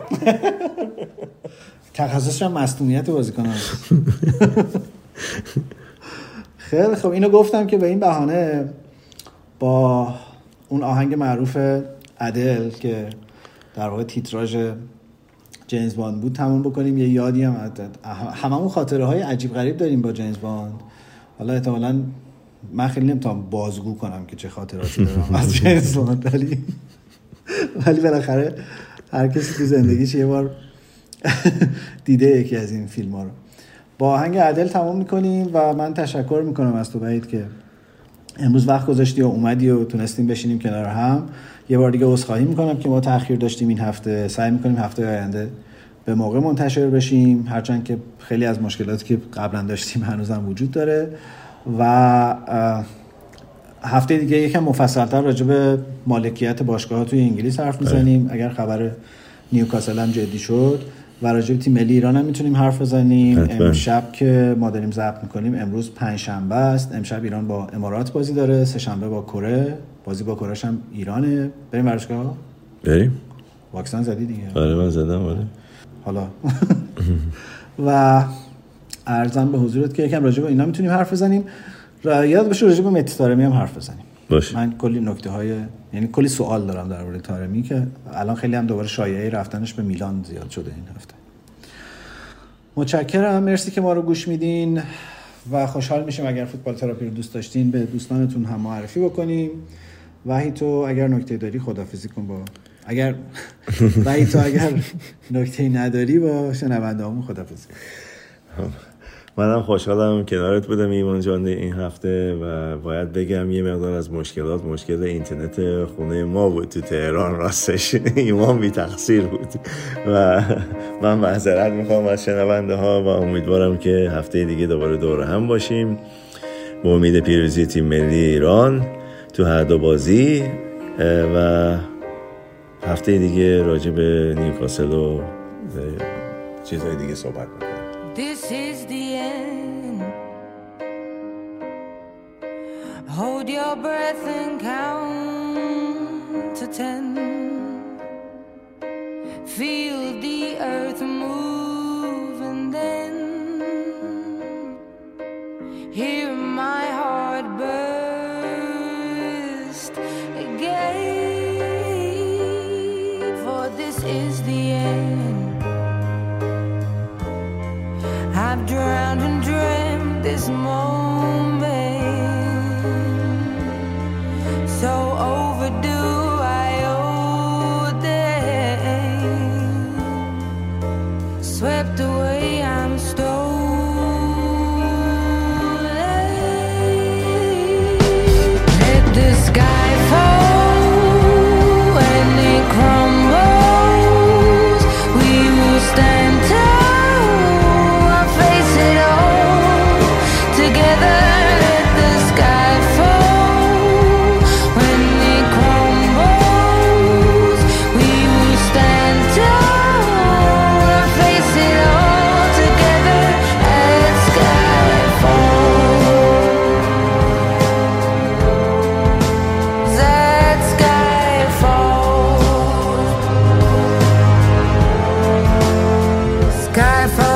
تخصصش هم مصدومیت بازیکن. خیلی خب اینو گفتم که به این بهانه با اون آهنگ معروف ادل که در واقع تیتراژ جیمز باند بود تموم بکنیم. یه یادی هم هممون خاطره های عجیب غریب داریم با جیمز باند. حالا احتمالاً من خیلی نمیتونم بازگو کنم که چه خاطراتی دارم از جیمز باند، ولی ولی بالاخره هر کسی تو زندگیش یه بار دیده یکی از این فیلم ها رو. با آهنگ ادل تموم میکنیم و من تشکر میکنم از تو وحید که امروز وقت گذاشتی و اومدی و تونستیم بشینیم کنار هم. یه بار دیگه عذرخواهی میکنم که ما تأخیر داشتیم این هفته. سعی میکنیم هفته آینده به موقع منتشر بشیم، هرچند که خیلی از مشکلاتی که قبلا داشتیم هنوزم وجود داره و هفته دیگه یکم مفصل‌تر راجع به مالکیت باشگاه‌ها توی انگلیس حرف میزنیم. اگر خبر نیوکاسل هم جدی شد و راجع به تیم ملی ایران هم میتونیم حرف بزنیم. امشب که ما داریم ضبط میکنیم امروز پنج شنبه است، امشب ایران با امارات بازی داره، سه شنبه با کره، بازی با کره‌ش هم ایرانه. بریم ورزشگاه؟ بریم. واکسن زدی دیگه؟ آره من زدم. آره حالا و عرضم به حضورت که یکم راجع به اینا میتونیم حرف بزنیم. یاد باشه راجع به مهدی طارمی هم حرف بزنیم. باشه. من کلی نکته های یعنی کلی سوال دارم درباره طارمی که الان خیلی هم دوباره شایعه رفتنش به میلان زیاد شده این هفته. متشکرم، مرسی که ما رو گوش میدین و خوشحال میشیم اگر فوتبال تراپی رو دوست داشتین به دوستانتون هم معرفی بکنیم. وحید تو اگر نکته داری خداحافظی کن با اگر وحید تو اگر نکته نداری با شنونده‌هامون خداحافظی کن. منم خوشحالم کنارت بودم ایمان جان این هفته و باید بگم یه مقدار از مشکلات مشکل اینترنت خونه ما بود تو تهران. راستش ایمان بی تقصیر بود و من معذرت میخوام از شنونده ها و امیدوارم که هفته دیگه دوباره دور هم باشیم با امید پیروزی تیم ملی ایران تو هر دو بازی و هفته دیگه راجع به نیوکاسل و چیزهای دیگه صحبت میکنم. This is the end. Hold your breath and count to ten. Feel the earth move and then hear my heart burst again. For this is the end. I've drowned and dreamt this moment, so overdue I owe them. Swept away, I'm stolen. Let the sky fall and it crumbles. We will stand tall. Skyfall.